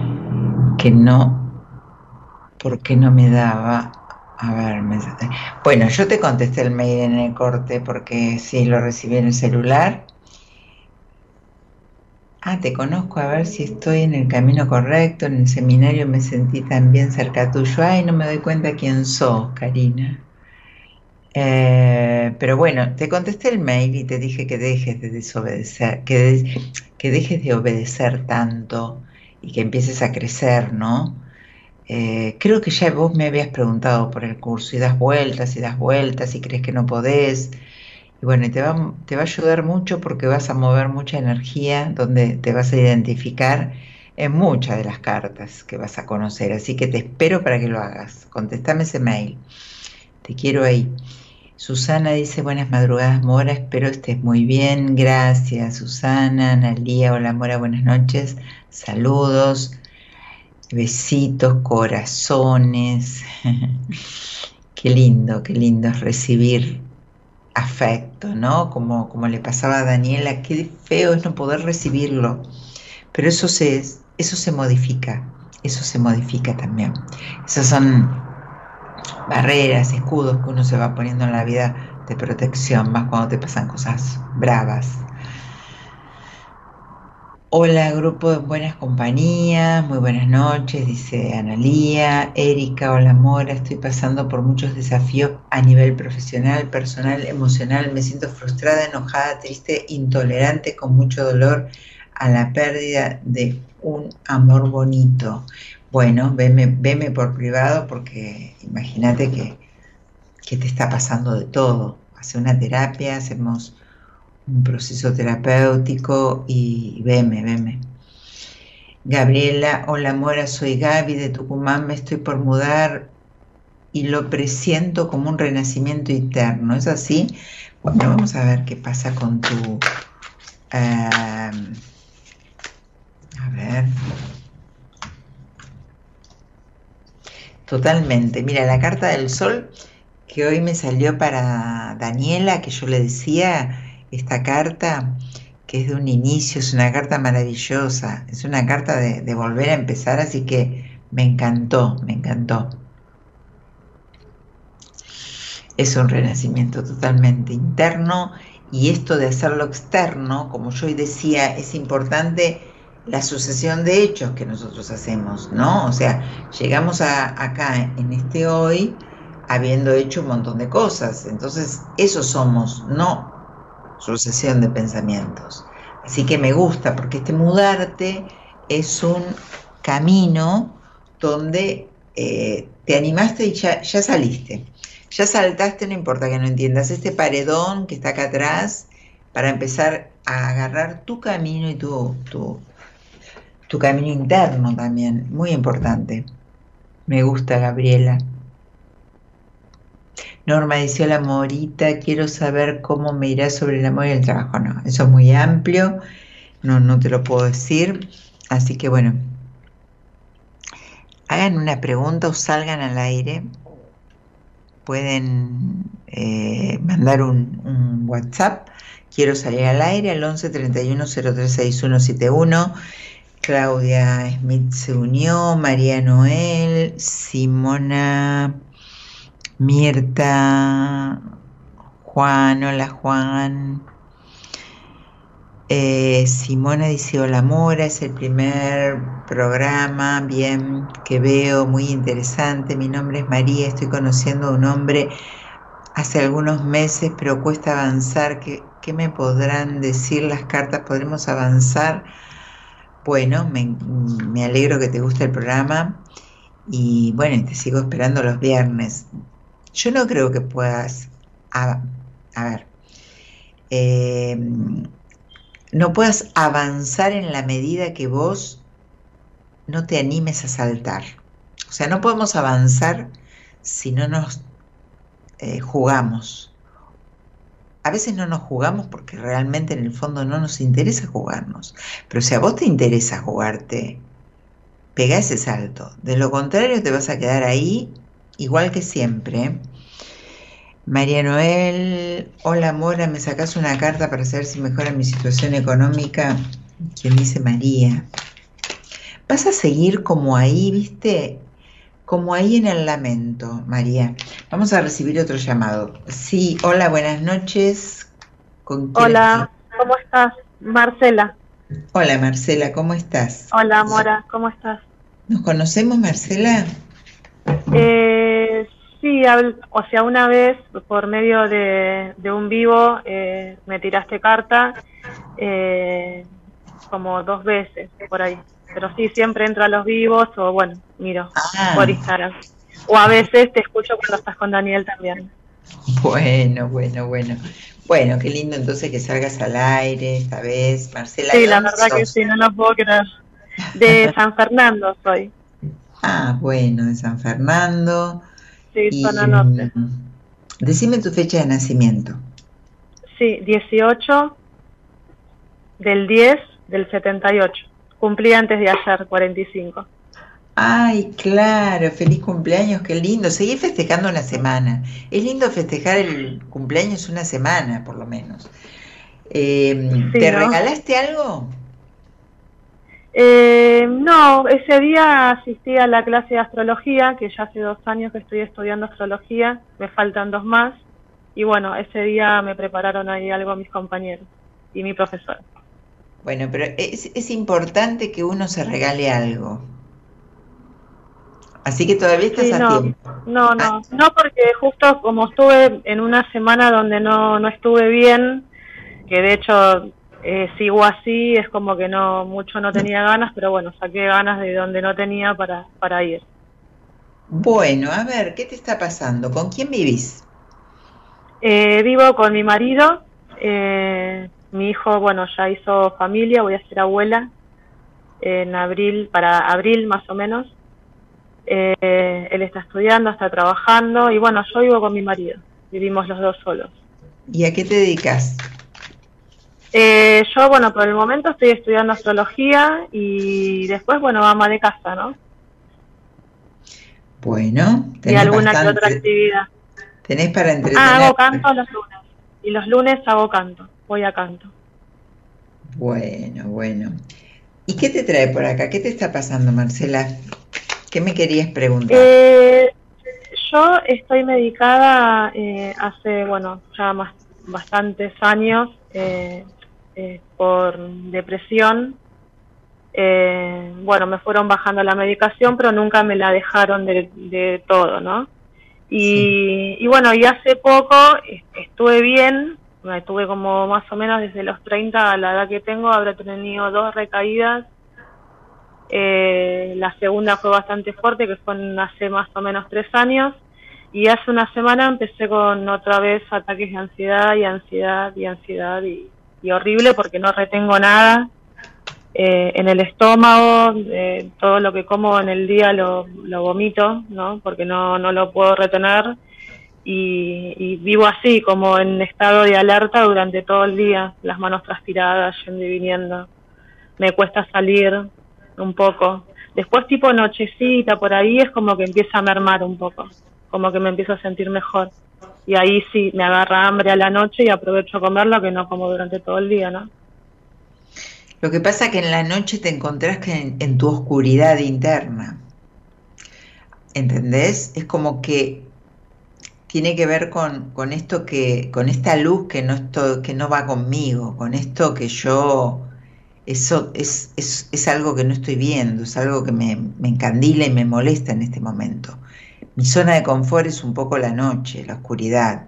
no me daba. A ver, bueno, yo te contesté el mail en el corte porque sí, lo recibí en el celular. Te conozco, a ver si estoy en el camino correcto. En el seminario me sentí también cerca tuyo. No me doy cuenta quién sos, Karina. Pero bueno, te contesté el mail y te dije que dejes de desobedecer, que dejes de obedecer tanto y que empieces a crecer, ¿no? Creo que ya vos me habías preguntado por el curso y das vueltas y crees que no podés. Y bueno, te va a ayudar mucho porque vas a mover mucha energía donde te vas a identificar en muchas de las cartas que vas a conocer. Así que te espero para que lo hagas. Contestame ese mail. Te quiero ahí. Susana dice, buenas madrugadas, Mora, espero estés muy bien. Gracias, Susana. Analía, hola, Mora, buenas noches. Saludos. Besitos, corazones. Qué lindo es recibir afecto, ¿no? Como le pasaba a Daniela, qué feo es no poder recibirlo. Pero eso se modifica también. Esas son barreras, escudos que uno se va poniendo en la vida de protección, más cuando te pasan cosas bravas. Hola, grupo de buenas compañías, muy buenas noches, dice Analía. Erika, hola Mora, estoy pasando por muchos desafíos a nivel profesional, personal, emocional, me siento frustrada, enojada, triste, intolerante, con mucho dolor a la pérdida de un amor bonito. Bueno, veme por privado porque imagínate que te está pasando de todo. Hace una terapia, hacemos un proceso terapéutico y veme. Gabriela, hola Mora, soy Gaby de Tucumán, me estoy por mudar y lo presiento como un renacimiento interno, ¿es así? Bueno, vamos a ver qué pasa con tu... a ver... Totalmente, mira, la carta del sol que hoy me salió para Daniela, que yo le decía... Esta carta, que es de un inicio, es una carta maravillosa, es una carta de volver a empezar, así que me encantó. Es un renacimiento totalmente interno, y esto de hacerlo externo, como yo hoy decía, es importante la sucesión de hechos que nosotros hacemos, ¿no? O sea, llegamos acá en este hoy habiendo hecho un montón de cosas, entonces eso somos, no sucesión de pensamientos. Así que me gusta porque mudarte es un camino donde te animaste y ya saliste. Ya saltaste, no importa que no entiendas, este paredón que está acá atrás para empezar a agarrar tu camino y tu camino interno también, muy importante. Me gusta, Gabriela. Norma dice, hola Morita, quiero saber cómo me irá sobre el amor y el trabajo. No, eso es muy amplio, no te lo puedo decir. Así que bueno, hagan una pregunta o salgan al aire. Pueden mandar un WhatsApp. Quiero salir al aire al 11 31 03 6171. Claudia Smith se unió, María Noel, Simona, Mirta, Juan, hola Juan. Simona dice, hola Mora, es el primer programa, bien, que veo, muy interesante. Mi nombre es María, estoy conociendo a un hombre hace algunos meses, pero cuesta avanzar. ¿Qué me podrán decir las cartas? ¿Podremos avanzar? Bueno, me alegro que te guste el programa y bueno, te sigo esperando los viernes. Yo no creo que puedas, a ver, no puedas avanzar en la medida que vos no te animes a saltar. O sea, no podemos avanzar si no nos jugamos. A veces no nos jugamos porque realmente en el fondo no nos interesa jugarnos. Pero si a vos te interesa jugarte, pegá ese salto. De lo contrario te vas a quedar ahí igual que siempre. María Noel, hola Mora, ¿me sacás una carta para saber si mejora mi situación económica? ¿Quién dice María? Vas a seguir como ahí, ¿viste? Como ahí en el lamento, María. Vamos a recibir otro llamado. Sí, hola, buenas noches. ¿Con quién Hola, estoy? ¿Cómo estás? Marcela. Hola, Marcela, ¿cómo estás? Hola, Mora, ¿cómo estás? ¿Nos conocemos, Marcela? Sí, o sea, una vez por medio de un vivo me tiraste carta como 2 veces por ahí. Pero sí, siempre entro a los vivos o bueno, miro por Instagram. O a veces te escucho cuando estás con Daniel también. Bueno. Bueno, qué lindo entonces que salgas al aire esta vez, Marcela. Sí, la verdad que sí, no lo puedo creer. De San Fernando soy. Bueno, de San Fernando. Sí, zona norte. Decime tu fecha de nacimiento. Sí, 18 del 10 del 78. Cumplí antes de ayer, 45. Ay, claro, feliz cumpleaños, qué lindo. Seguí festejando una semana. Es lindo festejar el cumpleaños una semana, por lo menos. Sí, ¿Te ¿no? regalaste algo? No, ese día asistí a la clase de astrología, que ya hace 2 años que estoy estudiando astrología, me faltan 2 más, y bueno, ese día me prepararon ahí algo mis compañeros y mi profesor. Bueno, pero es importante que uno se regale algo. Así que todavía estás a tiempo. No, porque justo como estuve en una semana donde no estuve bien, que de hecho sigo así, es como que mucho no tenía ganas, pero bueno, saqué ganas de donde no tenía para ir. Bueno, a ver, ¿qué te está pasando? ¿Con quién vivís? Vivo con mi marido, mi hijo, bueno, ya hizo familia, voy a ser abuela en abril, para abril más o menos. Él está estudiando, está trabajando y bueno, yo vivo con mi marido, vivimos los 2 solos. ¿Y a qué te dedicas? Yo, bueno, por el momento estoy estudiando astrología y después, bueno, ama de casa, ¿no? Bueno, y alguna que otra actividad. Tenés para entretener. Hago canto los lunes y los lunes hago canto, voy a canto. Bueno. ¿Y qué te trae por acá? ¿Qué te está pasando, Marcela? ¿Qué me querías preguntar? Yo estoy medicada hace, bueno, ya bastantes años por depresión. Bueno, me fueron bajando la medicación, pero nunca me la dejaron de todo, ¿no? Y bueno, y hace poco estuve bien, estuve como más o menos desde los 30 a la edad que tengo, habré tenido 2 recaídas. La segunda fue bastante fuerte, que fue hace más o menos 3 años, Y hace una semana empecé con otra vez ataques de ansiedad y ansiedad y ansiedad y horrible porque no retengo nada en el estómago, todo lo que como en el día lo vomito, ¿no? Porque no lo puedo retener y vivo así como en estado de alerta durante todo el día, las manos transpiradas, yendo y viniendo. Me cuesta salir un poco. Después tipo nochecita por ahí es como que empieza a mermar un poco, como que me empiezo a sentir mejor. Y ahí sí, me agarra hambre a la noche y aprovecho a comer lo que no como durante todo el día, ¿no? Lo que pasa es que en la noche te encontrás en tu oscuridad interna, ¿entendés? Es como que tiene que ver con esto con esta luz que no va conmigo, con esto que yo, eso es algo que no estoy viendo, es algo que me encandila y me molesta en este momento. Mi zona de confort es un poco la noche, la oscuridad.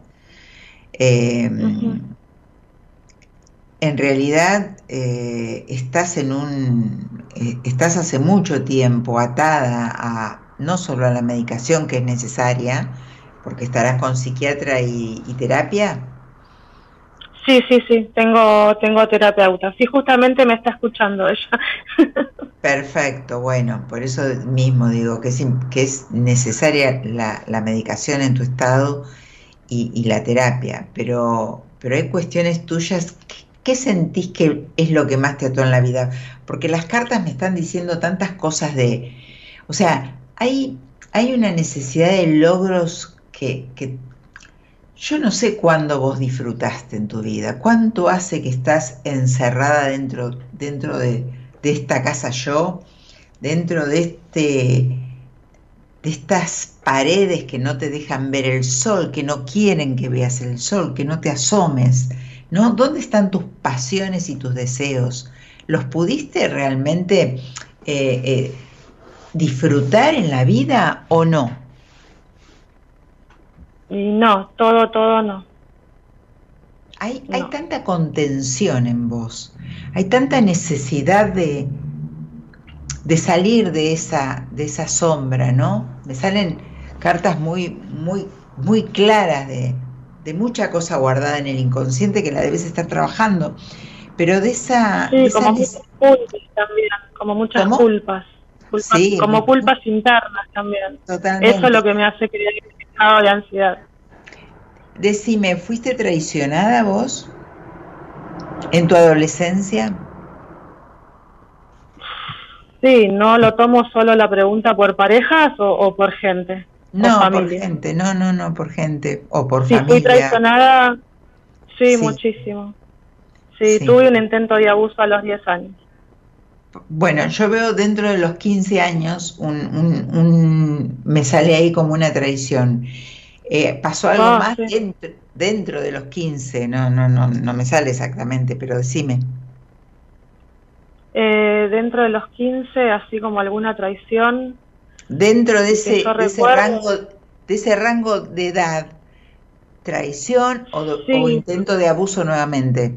En realidad estás estás hace mucho tiempo atada no solo a la medicación que es necesaria, porque estarás con psiquiatra y terapia. Sí, tengo terapeuta. Sí, justamente me está escuchando ella. Perfecto, bueno, por eso mismo digo que es necesaria la medicación en tu estado y la terapia, pero hay cuestiones tuyas. ¿Qué sentís que es lo que más te ató en la vida? Porque las cartas me están diciendo tantas cosas o sea, hay una necesidad de logros que yo no sé cuándo vos disfrutaste en tu vida, cuánto hace que estás encerrada dentro de esta casa dentro de estas paredes que no te dejan ver el sol, que no quieren que veas el sol, que no te asomes, ¿no? ¿Dónde están tus pasiones y tus deseos? ¿Los pudiste realmente disfrutar en la vida o no? No, todo no. Hay tanta contención en vos, hay tanta necesidad de salir de esa sombra, ¿no? Me salen cartas muy claras de mucha cosa guardada en el inconsciente que la debes estar trabajando, pero de esa... Sí, de como muchas culpas también, como muchas culpas, sí, como culpas internas también. Totalmente. Eso es lo que me hace creer el estado de ansiedad. Decime, ¿fuiste traicionada vos en tu adolescencia? Sí, no lo tomo solo la pregunta por parejas o por gente. No, por gente, no, por gente o por familia. Sí, fui traicionada, sí, muchísimo. Sí, tuve un intento de abuso a los 10 años. Bueno, yo veo dentro de los 15 años, me sale ahí como una traición. ¿Pasó algo más dentro de los 15? No me sale exactamente, pero decime. Dentro de los 15, así como alguna traición. Dentro de ese rango de edad, traición o intento de abuso nuevamente.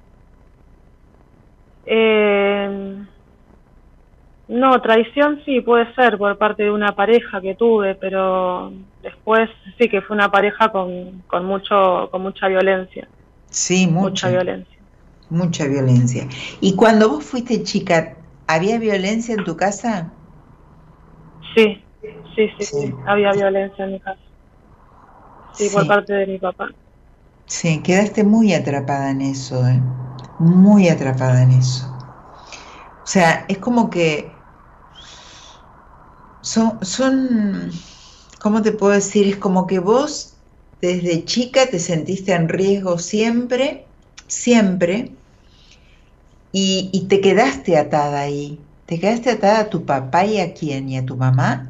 No, traición sí puede ser por parte de una pareja que tuve, pero después sí que fue una pareja con mucha violencia. Sí, mucha violencia. Mucha violencia. ¿Y cuando vos fuiste chica, había violencia en tu casa? Sí, había violencia en mi casa. Sí, por parte de mi papá. Sí, quedaste muy atrapada en eso, muy atrapada en eso. O sea, es como que son, ¿cómo te puedo decir? Es como que vos desde chica te sentiste en riesgo siempre, y te quedaste atada ahí. ¿Te quedaste atada a tu papá y a quién? ¿Y a tu mamá?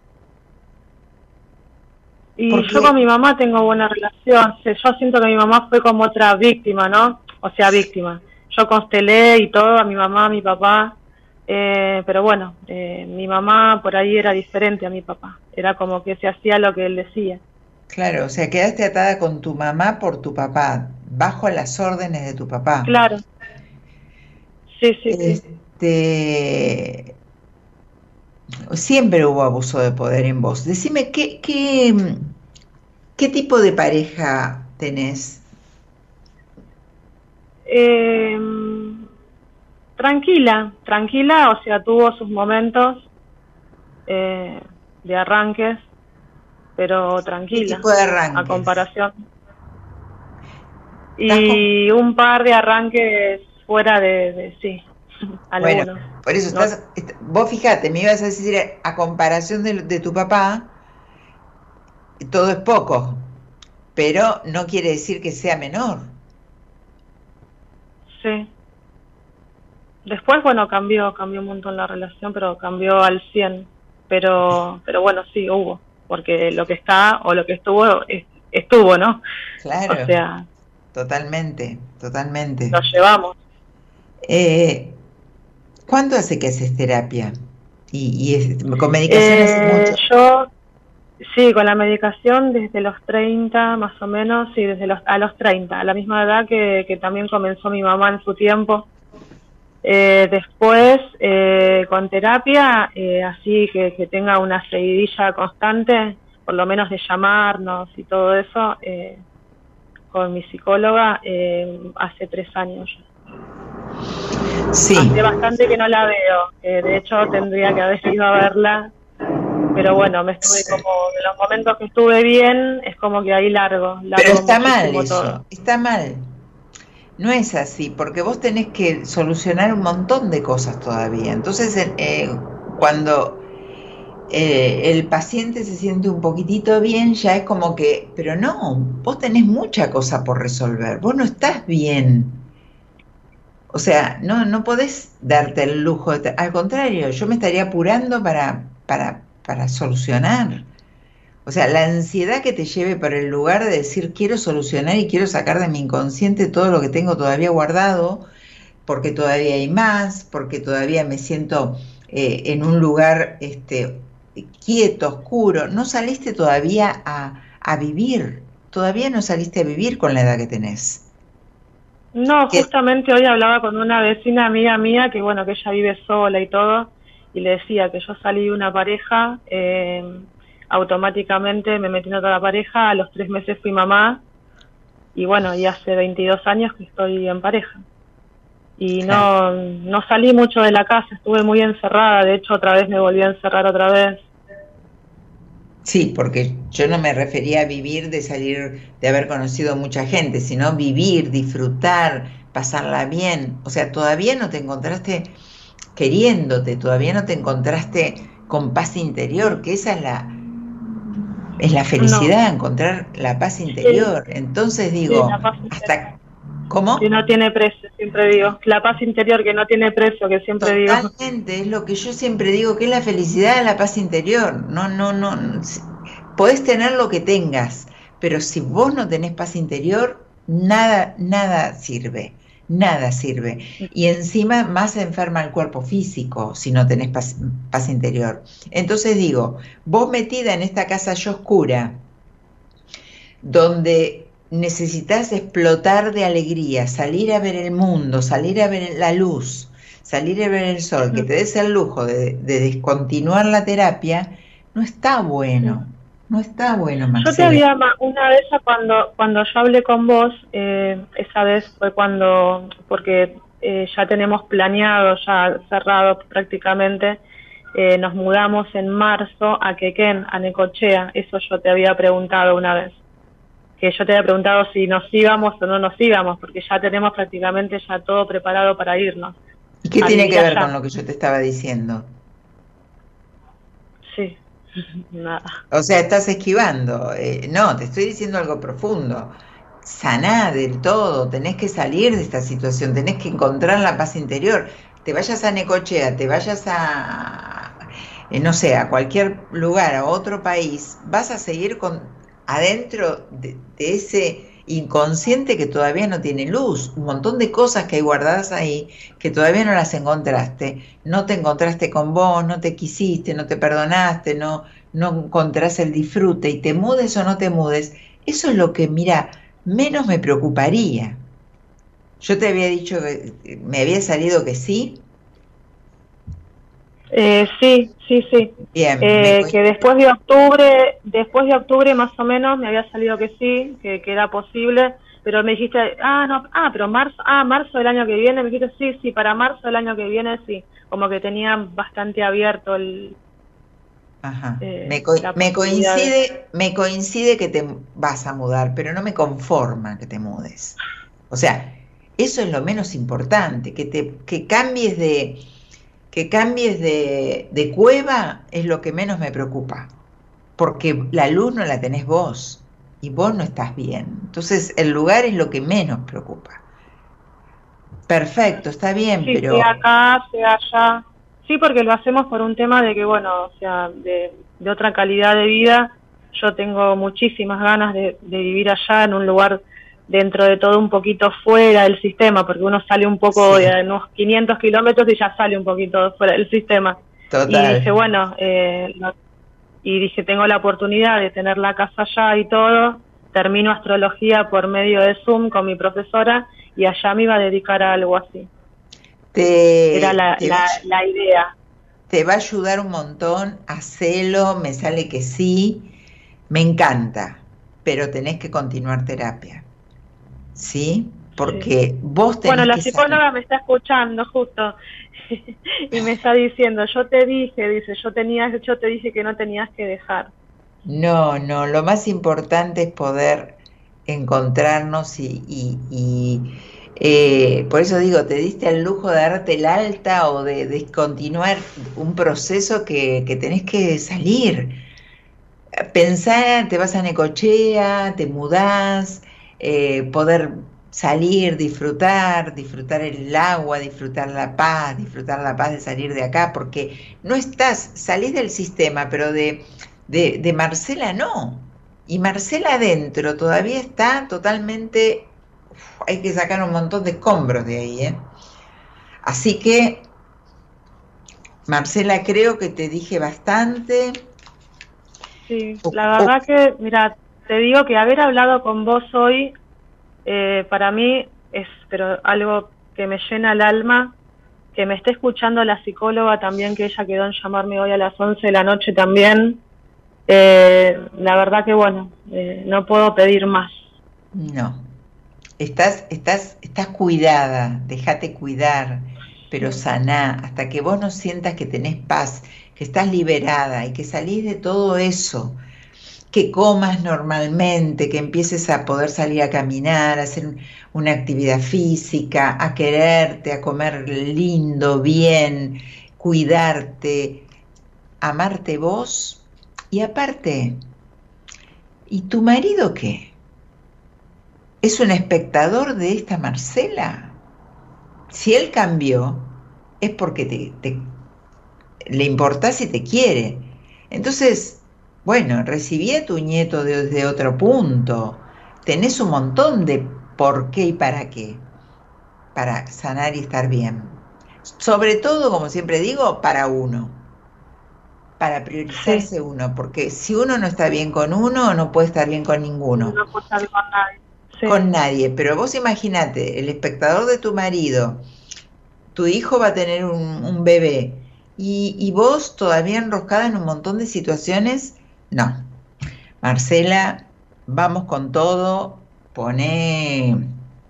Y yo con mi mamá tengo buena relación. Yo siento que mi mamá fue como otra víctima, ¿no? O sea, víctima. Yo constelé y todo a mi mamá, a mi papá, pero bueno, mi mamá por ahí era diferente a mi papá. Era como que se hacía lo que él decía. Claro, o sea, quedaste atada con tu mamá por tu papá, bajo las órdenes de tu papá. Claro. Sí. Siempre hubo abuso de poder en vos. Decime, ¿Qué tipo de pareja tenés? Tranquila, o sea, tuvo sus momentos de arranques, pero ¿Qué tranquila, tipo de a arranques? comparación. ¿Estás con- Y un par de arranques fuera sí, Bueno, algunos. por eso No, vos fíjate, me ibas a decir, a comparación de tu papá, todo es poco, pero no quiere decir que sea menor. sí. Después, bueno, cambió un montón la relación, pero cambió al 100. Pero bueno, sí, hubo. Porque lo que está o lo que estuvo, ¿no? O Claro, sea, totalmente, totalmente. lo llevamos. Eh, ¿Cuánto hace que haces terapia? Con medicación hace mucho. Yo, sí, con la medicación desde los 30, más o menos, sí, a los 30, a la misma edad que también comenzó mi mamá en su tiempo. Después, con terapia, así que tenga una seguidilla constante, por lo menos de llamarnos y todo eso, con mi psicóloga, hace 3 años. Sí, Hace bastante que no la veo, de hecho tendría que haber ido a verla, pero bueno, me estuve como, en los momentos que estuve bien, es como que ahí largo pero está mal muchísimo todo. eso, está mal. No es así, porque vos tenés que solucionar un montón de cosas todavía. Entonces, cuando el paciente se siente un poquitito bien, ya es como que, pero no, vos tenés mucha cosa por resolver, vos no estás bien. O sea, no podés darte el lujo al contrario, yo me estaría apurando para solucionar. O sea, la ansiedad que te lleve por el lugar de decir quiero solucionar y quiero sacar de mi inconsciente todo lo que tengo todavía guardado, porque todavía hay más, porque todavía me siento en un lugar quieto, oscuro. No saliste todavía a vivir, todavía no saliste a vivir con la edad que tenés. No, Que- justamente hoy hablaba con una vecina amiga mía que bueno, que ella vive sola y todo, y le decía que yo salí de una pareja, automáticamente me metí en otra pareja, a los 3 meses fui mamá, y bueno, y hace 22 años que estoy en pareja. Y Claro. no salí mucho de la casa, estuve muy encerrada, de hecho otra vez me volví a encerrar otra vez. Sí, porque yo no me refería a vivir de salir, de haber conocido mucha gente, sino vivir, disfrutar, pasarla bien. O sea, todavía no te encontraste queriéndote, todavía no te encontraste con paz interior, que esa es la No, felicidad, encontrar la paz interior. Entonces sí, digo, la paz interior, ¿hasta cómo? que no tiene precio, siempre digo. La paz interior que no tiene precio, que siempre digo. Totalmente, es lo que yo siempre digo, que es la felicidad, la paz interior. Podés tener lo que tengas, pero si vos no tenés paz interior, nada sirve, nada sirve. Y encima más enferma el cuerpo físico si no tenés paz interior. Entonces digo, vos metida en esta casa oscura, donde necesitas explotar de alegría, salir a ver el mundo, salir a ver la luz, salir a ver el sol, que te des el lujo de descontinuar la terapia, no está bueno, no está bueno, Yo te Marcela. una vez cuando yo hablé con vos, esa vez fue porque ya tenemos planeado, ya cerrado prácticamente, nos mudamos en marzo a Quequén, a Necochea. Eso yo te había preguntado una vez, que yo te había preguntado si nos íbamos o no nos íbamos, porque ya tenemos prácticamente ya todo preparado para irnos. ¿Y qué a tiene vivir que ver allá. con lo que yo te estaba diciendo? Sí, nada. O sea, estás esquivando. No, te estoy diciendo algo profundo. Saná del todo, tenés que salir de esta situación, tenés que encontrar la paz interior. Te vayas a Necochea, te vayas no sé, a cualquier lugar, a otro país, vas a seguir adentro de ese inconsciente que todavía no tiene luz, un montón de cosas que hay guardadas ahí que todavía no las encontraste, no te encontraste con vos, no te quisiste, no te perdonaste, no encontrás el disfrute, y te mudes o no te mudes, eso es lo que, mira, menos me preocuparía. Yo te había dicho que me había salido que sí. Sí. Bien, Que después de octubre más o menos me había salido que sí, que era posible, pero me dijiste, pero marzo del año que viene, me dijiste sí, para marzo del año que viene sí, como que tenía bastante abierto Ajá. la Me posibilidad coincide que te vas a mudar, pero no me conforma que te mudes. O sea, eso es lo menos importante, que cambies de cueva es lo que menos me preocupa, porque la luz no la tenés vos y vos no estás bien. Entonces, el lugar es lo que menos preocupa. Perfecto, está bien, sí, pero sea acá, sea allá. Sí, porque lo hacemos por un tema de que, bueno, o sea, de otra calidad de vida. Yo tengo muchísimas ganas de vivir allá en un lugar dentro de todo un poquito fuera del sistema, porque uno sale un poco sí, de unos 500 kilómetros y ya sale un poquito fuera del sistema. Y dije, total. bueno, tengo la oportunidad de tener la casa allá y todo. Termino astrología por medio de Zoom con mi profesora y allá me iba a dedicar a algo así. Era Te, la, te va, la, la idea. te va a ayudar un montón, hacelo, me sale que sí, me encanta, pero tenés que continuar terapia, ¿sí? Sí. Porque vos Bueno, tenés la que saber. psicóloga me está escuchando justo y me está diciendo, yo te dije, yo te dije que no tenías que dejar. No, lo más importante es poder encontrarnos por eso digo, te diste al lujo de darte el alta o de descontinuar un proceso que tenés que salir. Pensá, te vas a Necochea, te mudás, poder salir, disfrutar el agua, disfrutar la paz de salir de acá, porque no salís del sistema, pero de Marcela no. Y Marcela adentro todavía está totalmente, hay que sacar un montón de escombros de ahí, ¿eh? Así que, Marcela, creo que te dije bastante. Sí, la verdad que, mira, te digo que haber hablado con vos hoy, para mí es pero algo que me llena el alma, que me esté escuchando la psicóloga también, que ella quedó en llamarme hoy a las 11 de la noche también. La verdad que, bueno, no puedo pedir más. No, estás cuidada, déjate cuidar, pero saná, hasta que vos no sientas que tenés paz, que estás liberada y que salís de todo eso, que comas normalmente, que empieces a poder salir a caminar, a hacer una actividad física, a quererte, a comer lindo, bien, cuidarte, amarte vos. Y aparte, ¿y tu marido qué? ¿Es un espectador de esta Marcela? Si él cambió, es porque le importás y te quiere. Entonces, bueno, recibí a tu nieto desde otro punto. Tenés un montón de por qué y para qué, para sanar y estar bien. Sobre todo, como siempre digo, para uno, para priorizarse uno, porque si uno no está bien con uno, no puede estar bien con ninguno. No puedo estar con nadie. Sí. Con nadie, pero vos imagínate, el espectador de tu marido, tu hijo va a tener un bebé y vos todavía enroscada en un montón de situaciones. No, Marcela, vamos con todo, ponete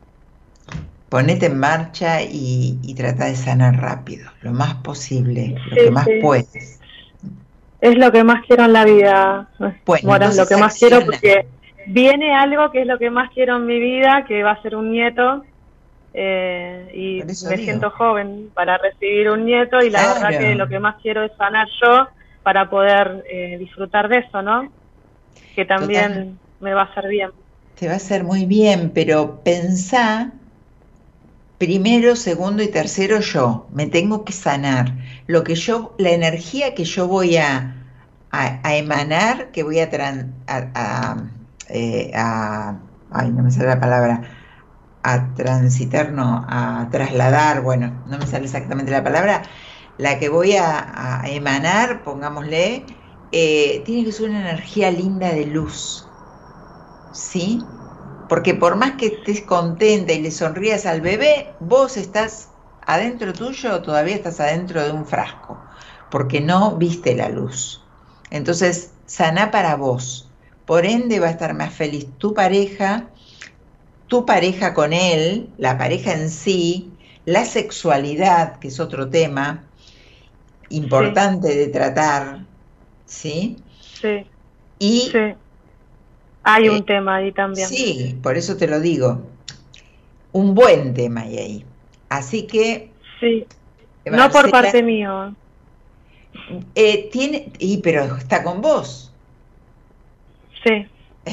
en marcha y trata de sanar rápido, lo más posible, lo que más puedes. Es lo que más quiero en la vida, Bueno, lo que más quiero, porque viene algo que es lo que más quiero en mi vida, que va a ser un nieto. Y me siento joven para recibir un nieto y la verdad que lo que más quiero es sanar yo para poder disfrutar de eso, ¿no? Que también me va a hacer bien. Te va a hacer muy bien, pero pensá, primero, segundo y tercero yo, me tengo que sanar. La energía que yo voy a emanar, que voy ay, no me sale la palabra, a transitar, no, a trasladar, bueno, no me sale exactamente la palabra, la que voy a emanar, pongámosle, tiene que ser una energía linda de luz, ¿sí? Porque por más que estés contenta y le sonrías al bebé, vos estás adentro tuyo o todavía estás adentro de un frasco, porque no viste la luz. Entonces, saná para vos. Por ende va a estar más feliz tu pareja con él, la pareja en sí, la sexualidad, que es otro tema importante de tratar, ¿sí? Sí. Y Sí. Hay un tema ahí también. sí, por eso te lo digo. Un buen tema hay ahí. Así que Sí. No Marcela, por parte mío. pero está con vos. Sí.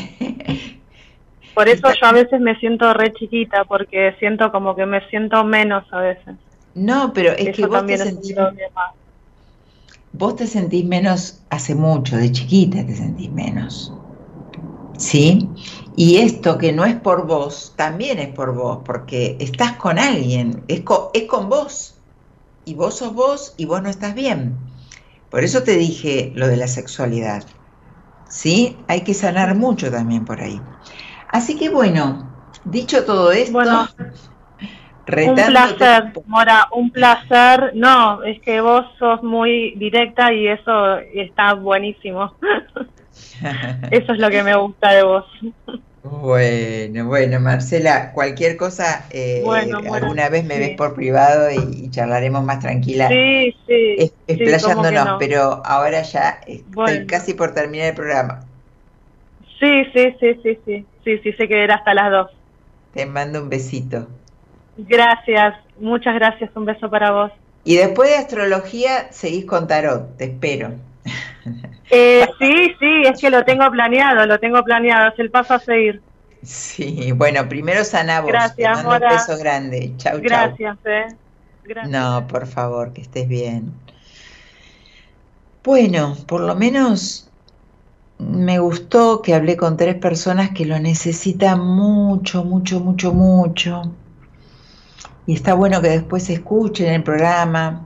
Por eso yo a veces me siento re chiquita, porque siento como que me siento menos a veces. No, pero es que Eso también es un problema. Vos te sentís menos hace mucho, de chiquita te sentís menos. ¿Sí? Y esto que no es por vos, también es por vos, porque estás con alguien, es con vos. Y vos sos vos y vos no estás bien. Por eso te dije lo de la sexualidad. ¿Sí? Hay que sanar mucho también por ahí. Así que bueno, dicho todo esto, bueno, un placer, Mora, un placer. No, es que vos sos muy directa y eso está buenísimo. Eso es lo que me gusta de vos. Bueno, Marcela, cualquier cosa, alguna vez me ves por privado y charlaremos más tranquila. Sí, explayándonos, no. pero ahora ya estoy casi por terminar el programa. Sí, sé que era hasta las 2. Te mando un besito. Gracias, muchas gracias, un beso para vos. Y después de astrología, seguís con tarot, te espero. Sí, es que lo tengo planeado, es el paso a seguir. Sí, bueno, primero sana vos. Gracias, te mando Mora. un beso grande. Chau, gracias, chau. Gracias. No, por favor, que estés bien. Bueno, por lo menos me gustó que hablé con 3 personas que lo necesitan mucho. Y está bueno que después escuchen el programa.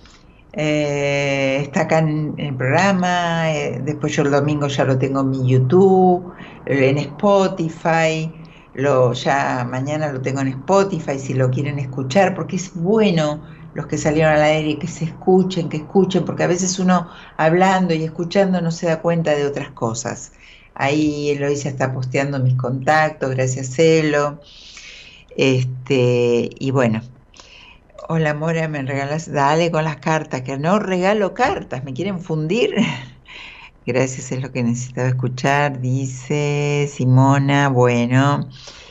Está acá en el programa, después yo el domingo ya lo tengo en mi YouTube, en Spotify, ya mañana lo tengo en Spotify si lo quieren escuchar, porque es bueno los que salieron al aire que se escuchen, porque a veces uno hablando y escuchando no se da cuenta de otras cosas. Ahí Eloisa está posteando mis contactos, gracias Elo. Y bueno. Hola, Mora, ¿me regalas? Dale con las cartas, que no regalo cartas, ¿me quieren fundir? Gracias, es lo que necesitaba escuchar, dice Simona. Bueno,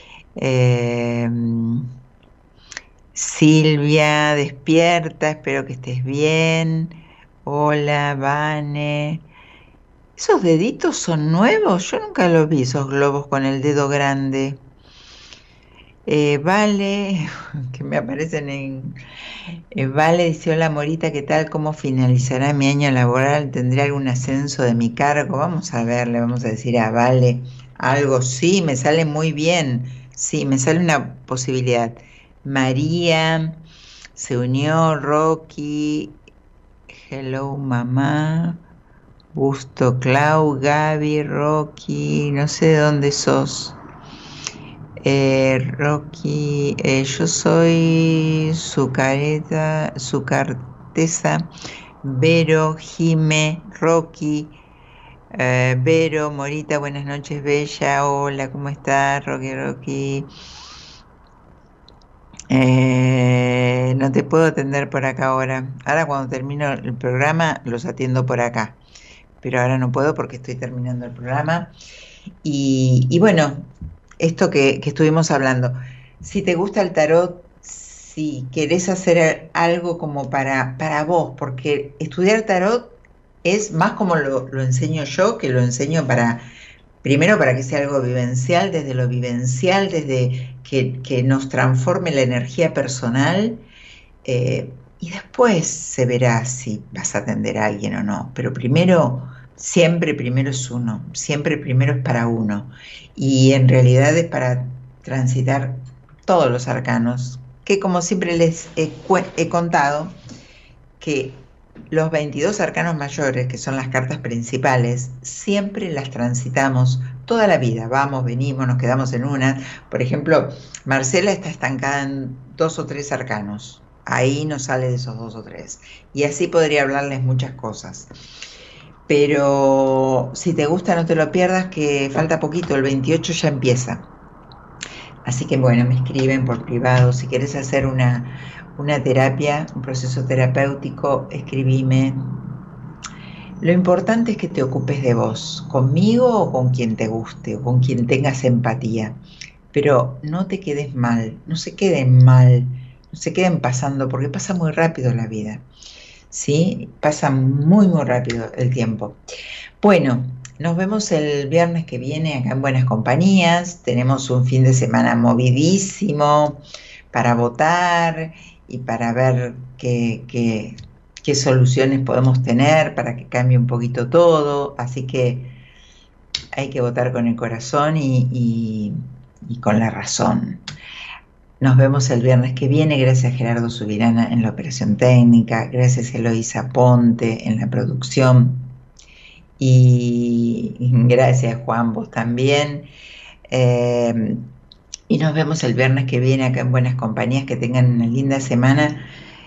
Silvia, despierta, espero que estés bien. Hola, Vane. ¿Esos deditos son nuevos? Yo nunca los vi, esos globos con el dedo grande. Vale, que me aparecen en... Vale dice, hola Morita, ¿qué tal? ¿Cómo finalizará mi año laboral? ¿Tendré algún ascenso de mi cargo? Vamos a ver, le vamos a decir a Vale algo. Sí, me sale muy bien. Sí, me sale una posibilidad. María se unió, Rocky, hello mamá, Gusto, Clau, Gaby, Rocky, no sé de dónde sos. Rocky, yo soy su cartesa, Vero, Jime, Rocky, Vero, Morita, buenas noches, Bella, hola, ¿cómo estás, Rocky? No te puedo atender por acá ahora. Ahora cuando termino el programa los atiendo por acá, pero ahora no puedo porque estoy terminando el programa. Y bueno, esto que estuvimos hablando, si te gusta el tarot, si querés hacer algo como para vos, porque estudiar tarot es más como lo enseño yo, que lo enseño primero para que sea algo vivencial, desde lo vivencial, desde que nos transforme la energía personal, y después se verá si vas a atender a alguien o no, pero siempre primero es uno, siempre primero es para uno, y en realidad es para transitar todos los arcanos, que como siempre les he contado, que los 22 arcanos mayores, que son las cartas principales, siempre las transitamos toda la vida, vamos, venimos, nos quedamos en una. Por ejemplo, Marcela está estancada en 2 o 3 arcanos, ahí no sale de esos 2 o 3. Y así podría hablarles muchas cosas. Pero si te gusta, no te lo pierdas, que falta poquito, el 28 ya empieza. Así que bueno, me escriben por privado. Si quieres hacer una terapia, un proceso terapéutico, escribime. Lo importante es que te ocupes de vos, conmigo o con quien te guste, o con quien tengas empatía. Pero no te quedes mal, no se queden mal, no se queden pasando, porque pasa muy rápido la vida, ¿sí? Pasa muy, muy rápido el tiempo. Bueno, nos vemos el viernes que viene acá en Buenas Compañías. Tenemos un fin de semana movidísimo para votar y para ver qué soluciones podemos tener para que cambie un poquito todo. Así que hay que votar con el corazón y con la razón. Nos vemos el viernes que viene. Gracias Gerardo Subirana en la operación técnica. Gracias Eloísa Ponte en la producción. Y gracias Juan, vos también. Y nos vemos el viernes que viene acá en Buenas Compañías. Que tengan una linda semana.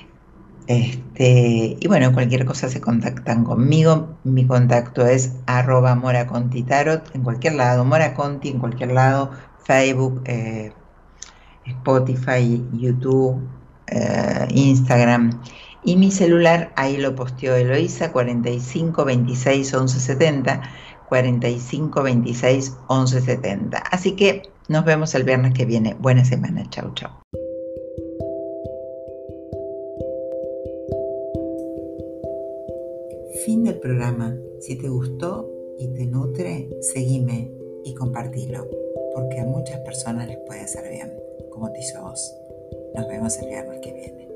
Y bueno, cualquier cosa se contactan conmigo. Mi contacto es @moracontitarot en cualquier lado, Moraconti en cualquier lado, Facebook, Spotify, YouTube, Instagram. Y mi celular, ahí lo posteó Eloísa, 45 26 11 70, 45 26 11 70. Así que nos vemos el viernes que viene. Buena semana. Chau, chau. Fin del programa. Si te gustó y te nutre, seguime y compartilo, porque a muchas personas les puede hacer bien, como te hizo a vos. Nos vemos el viernes que viene.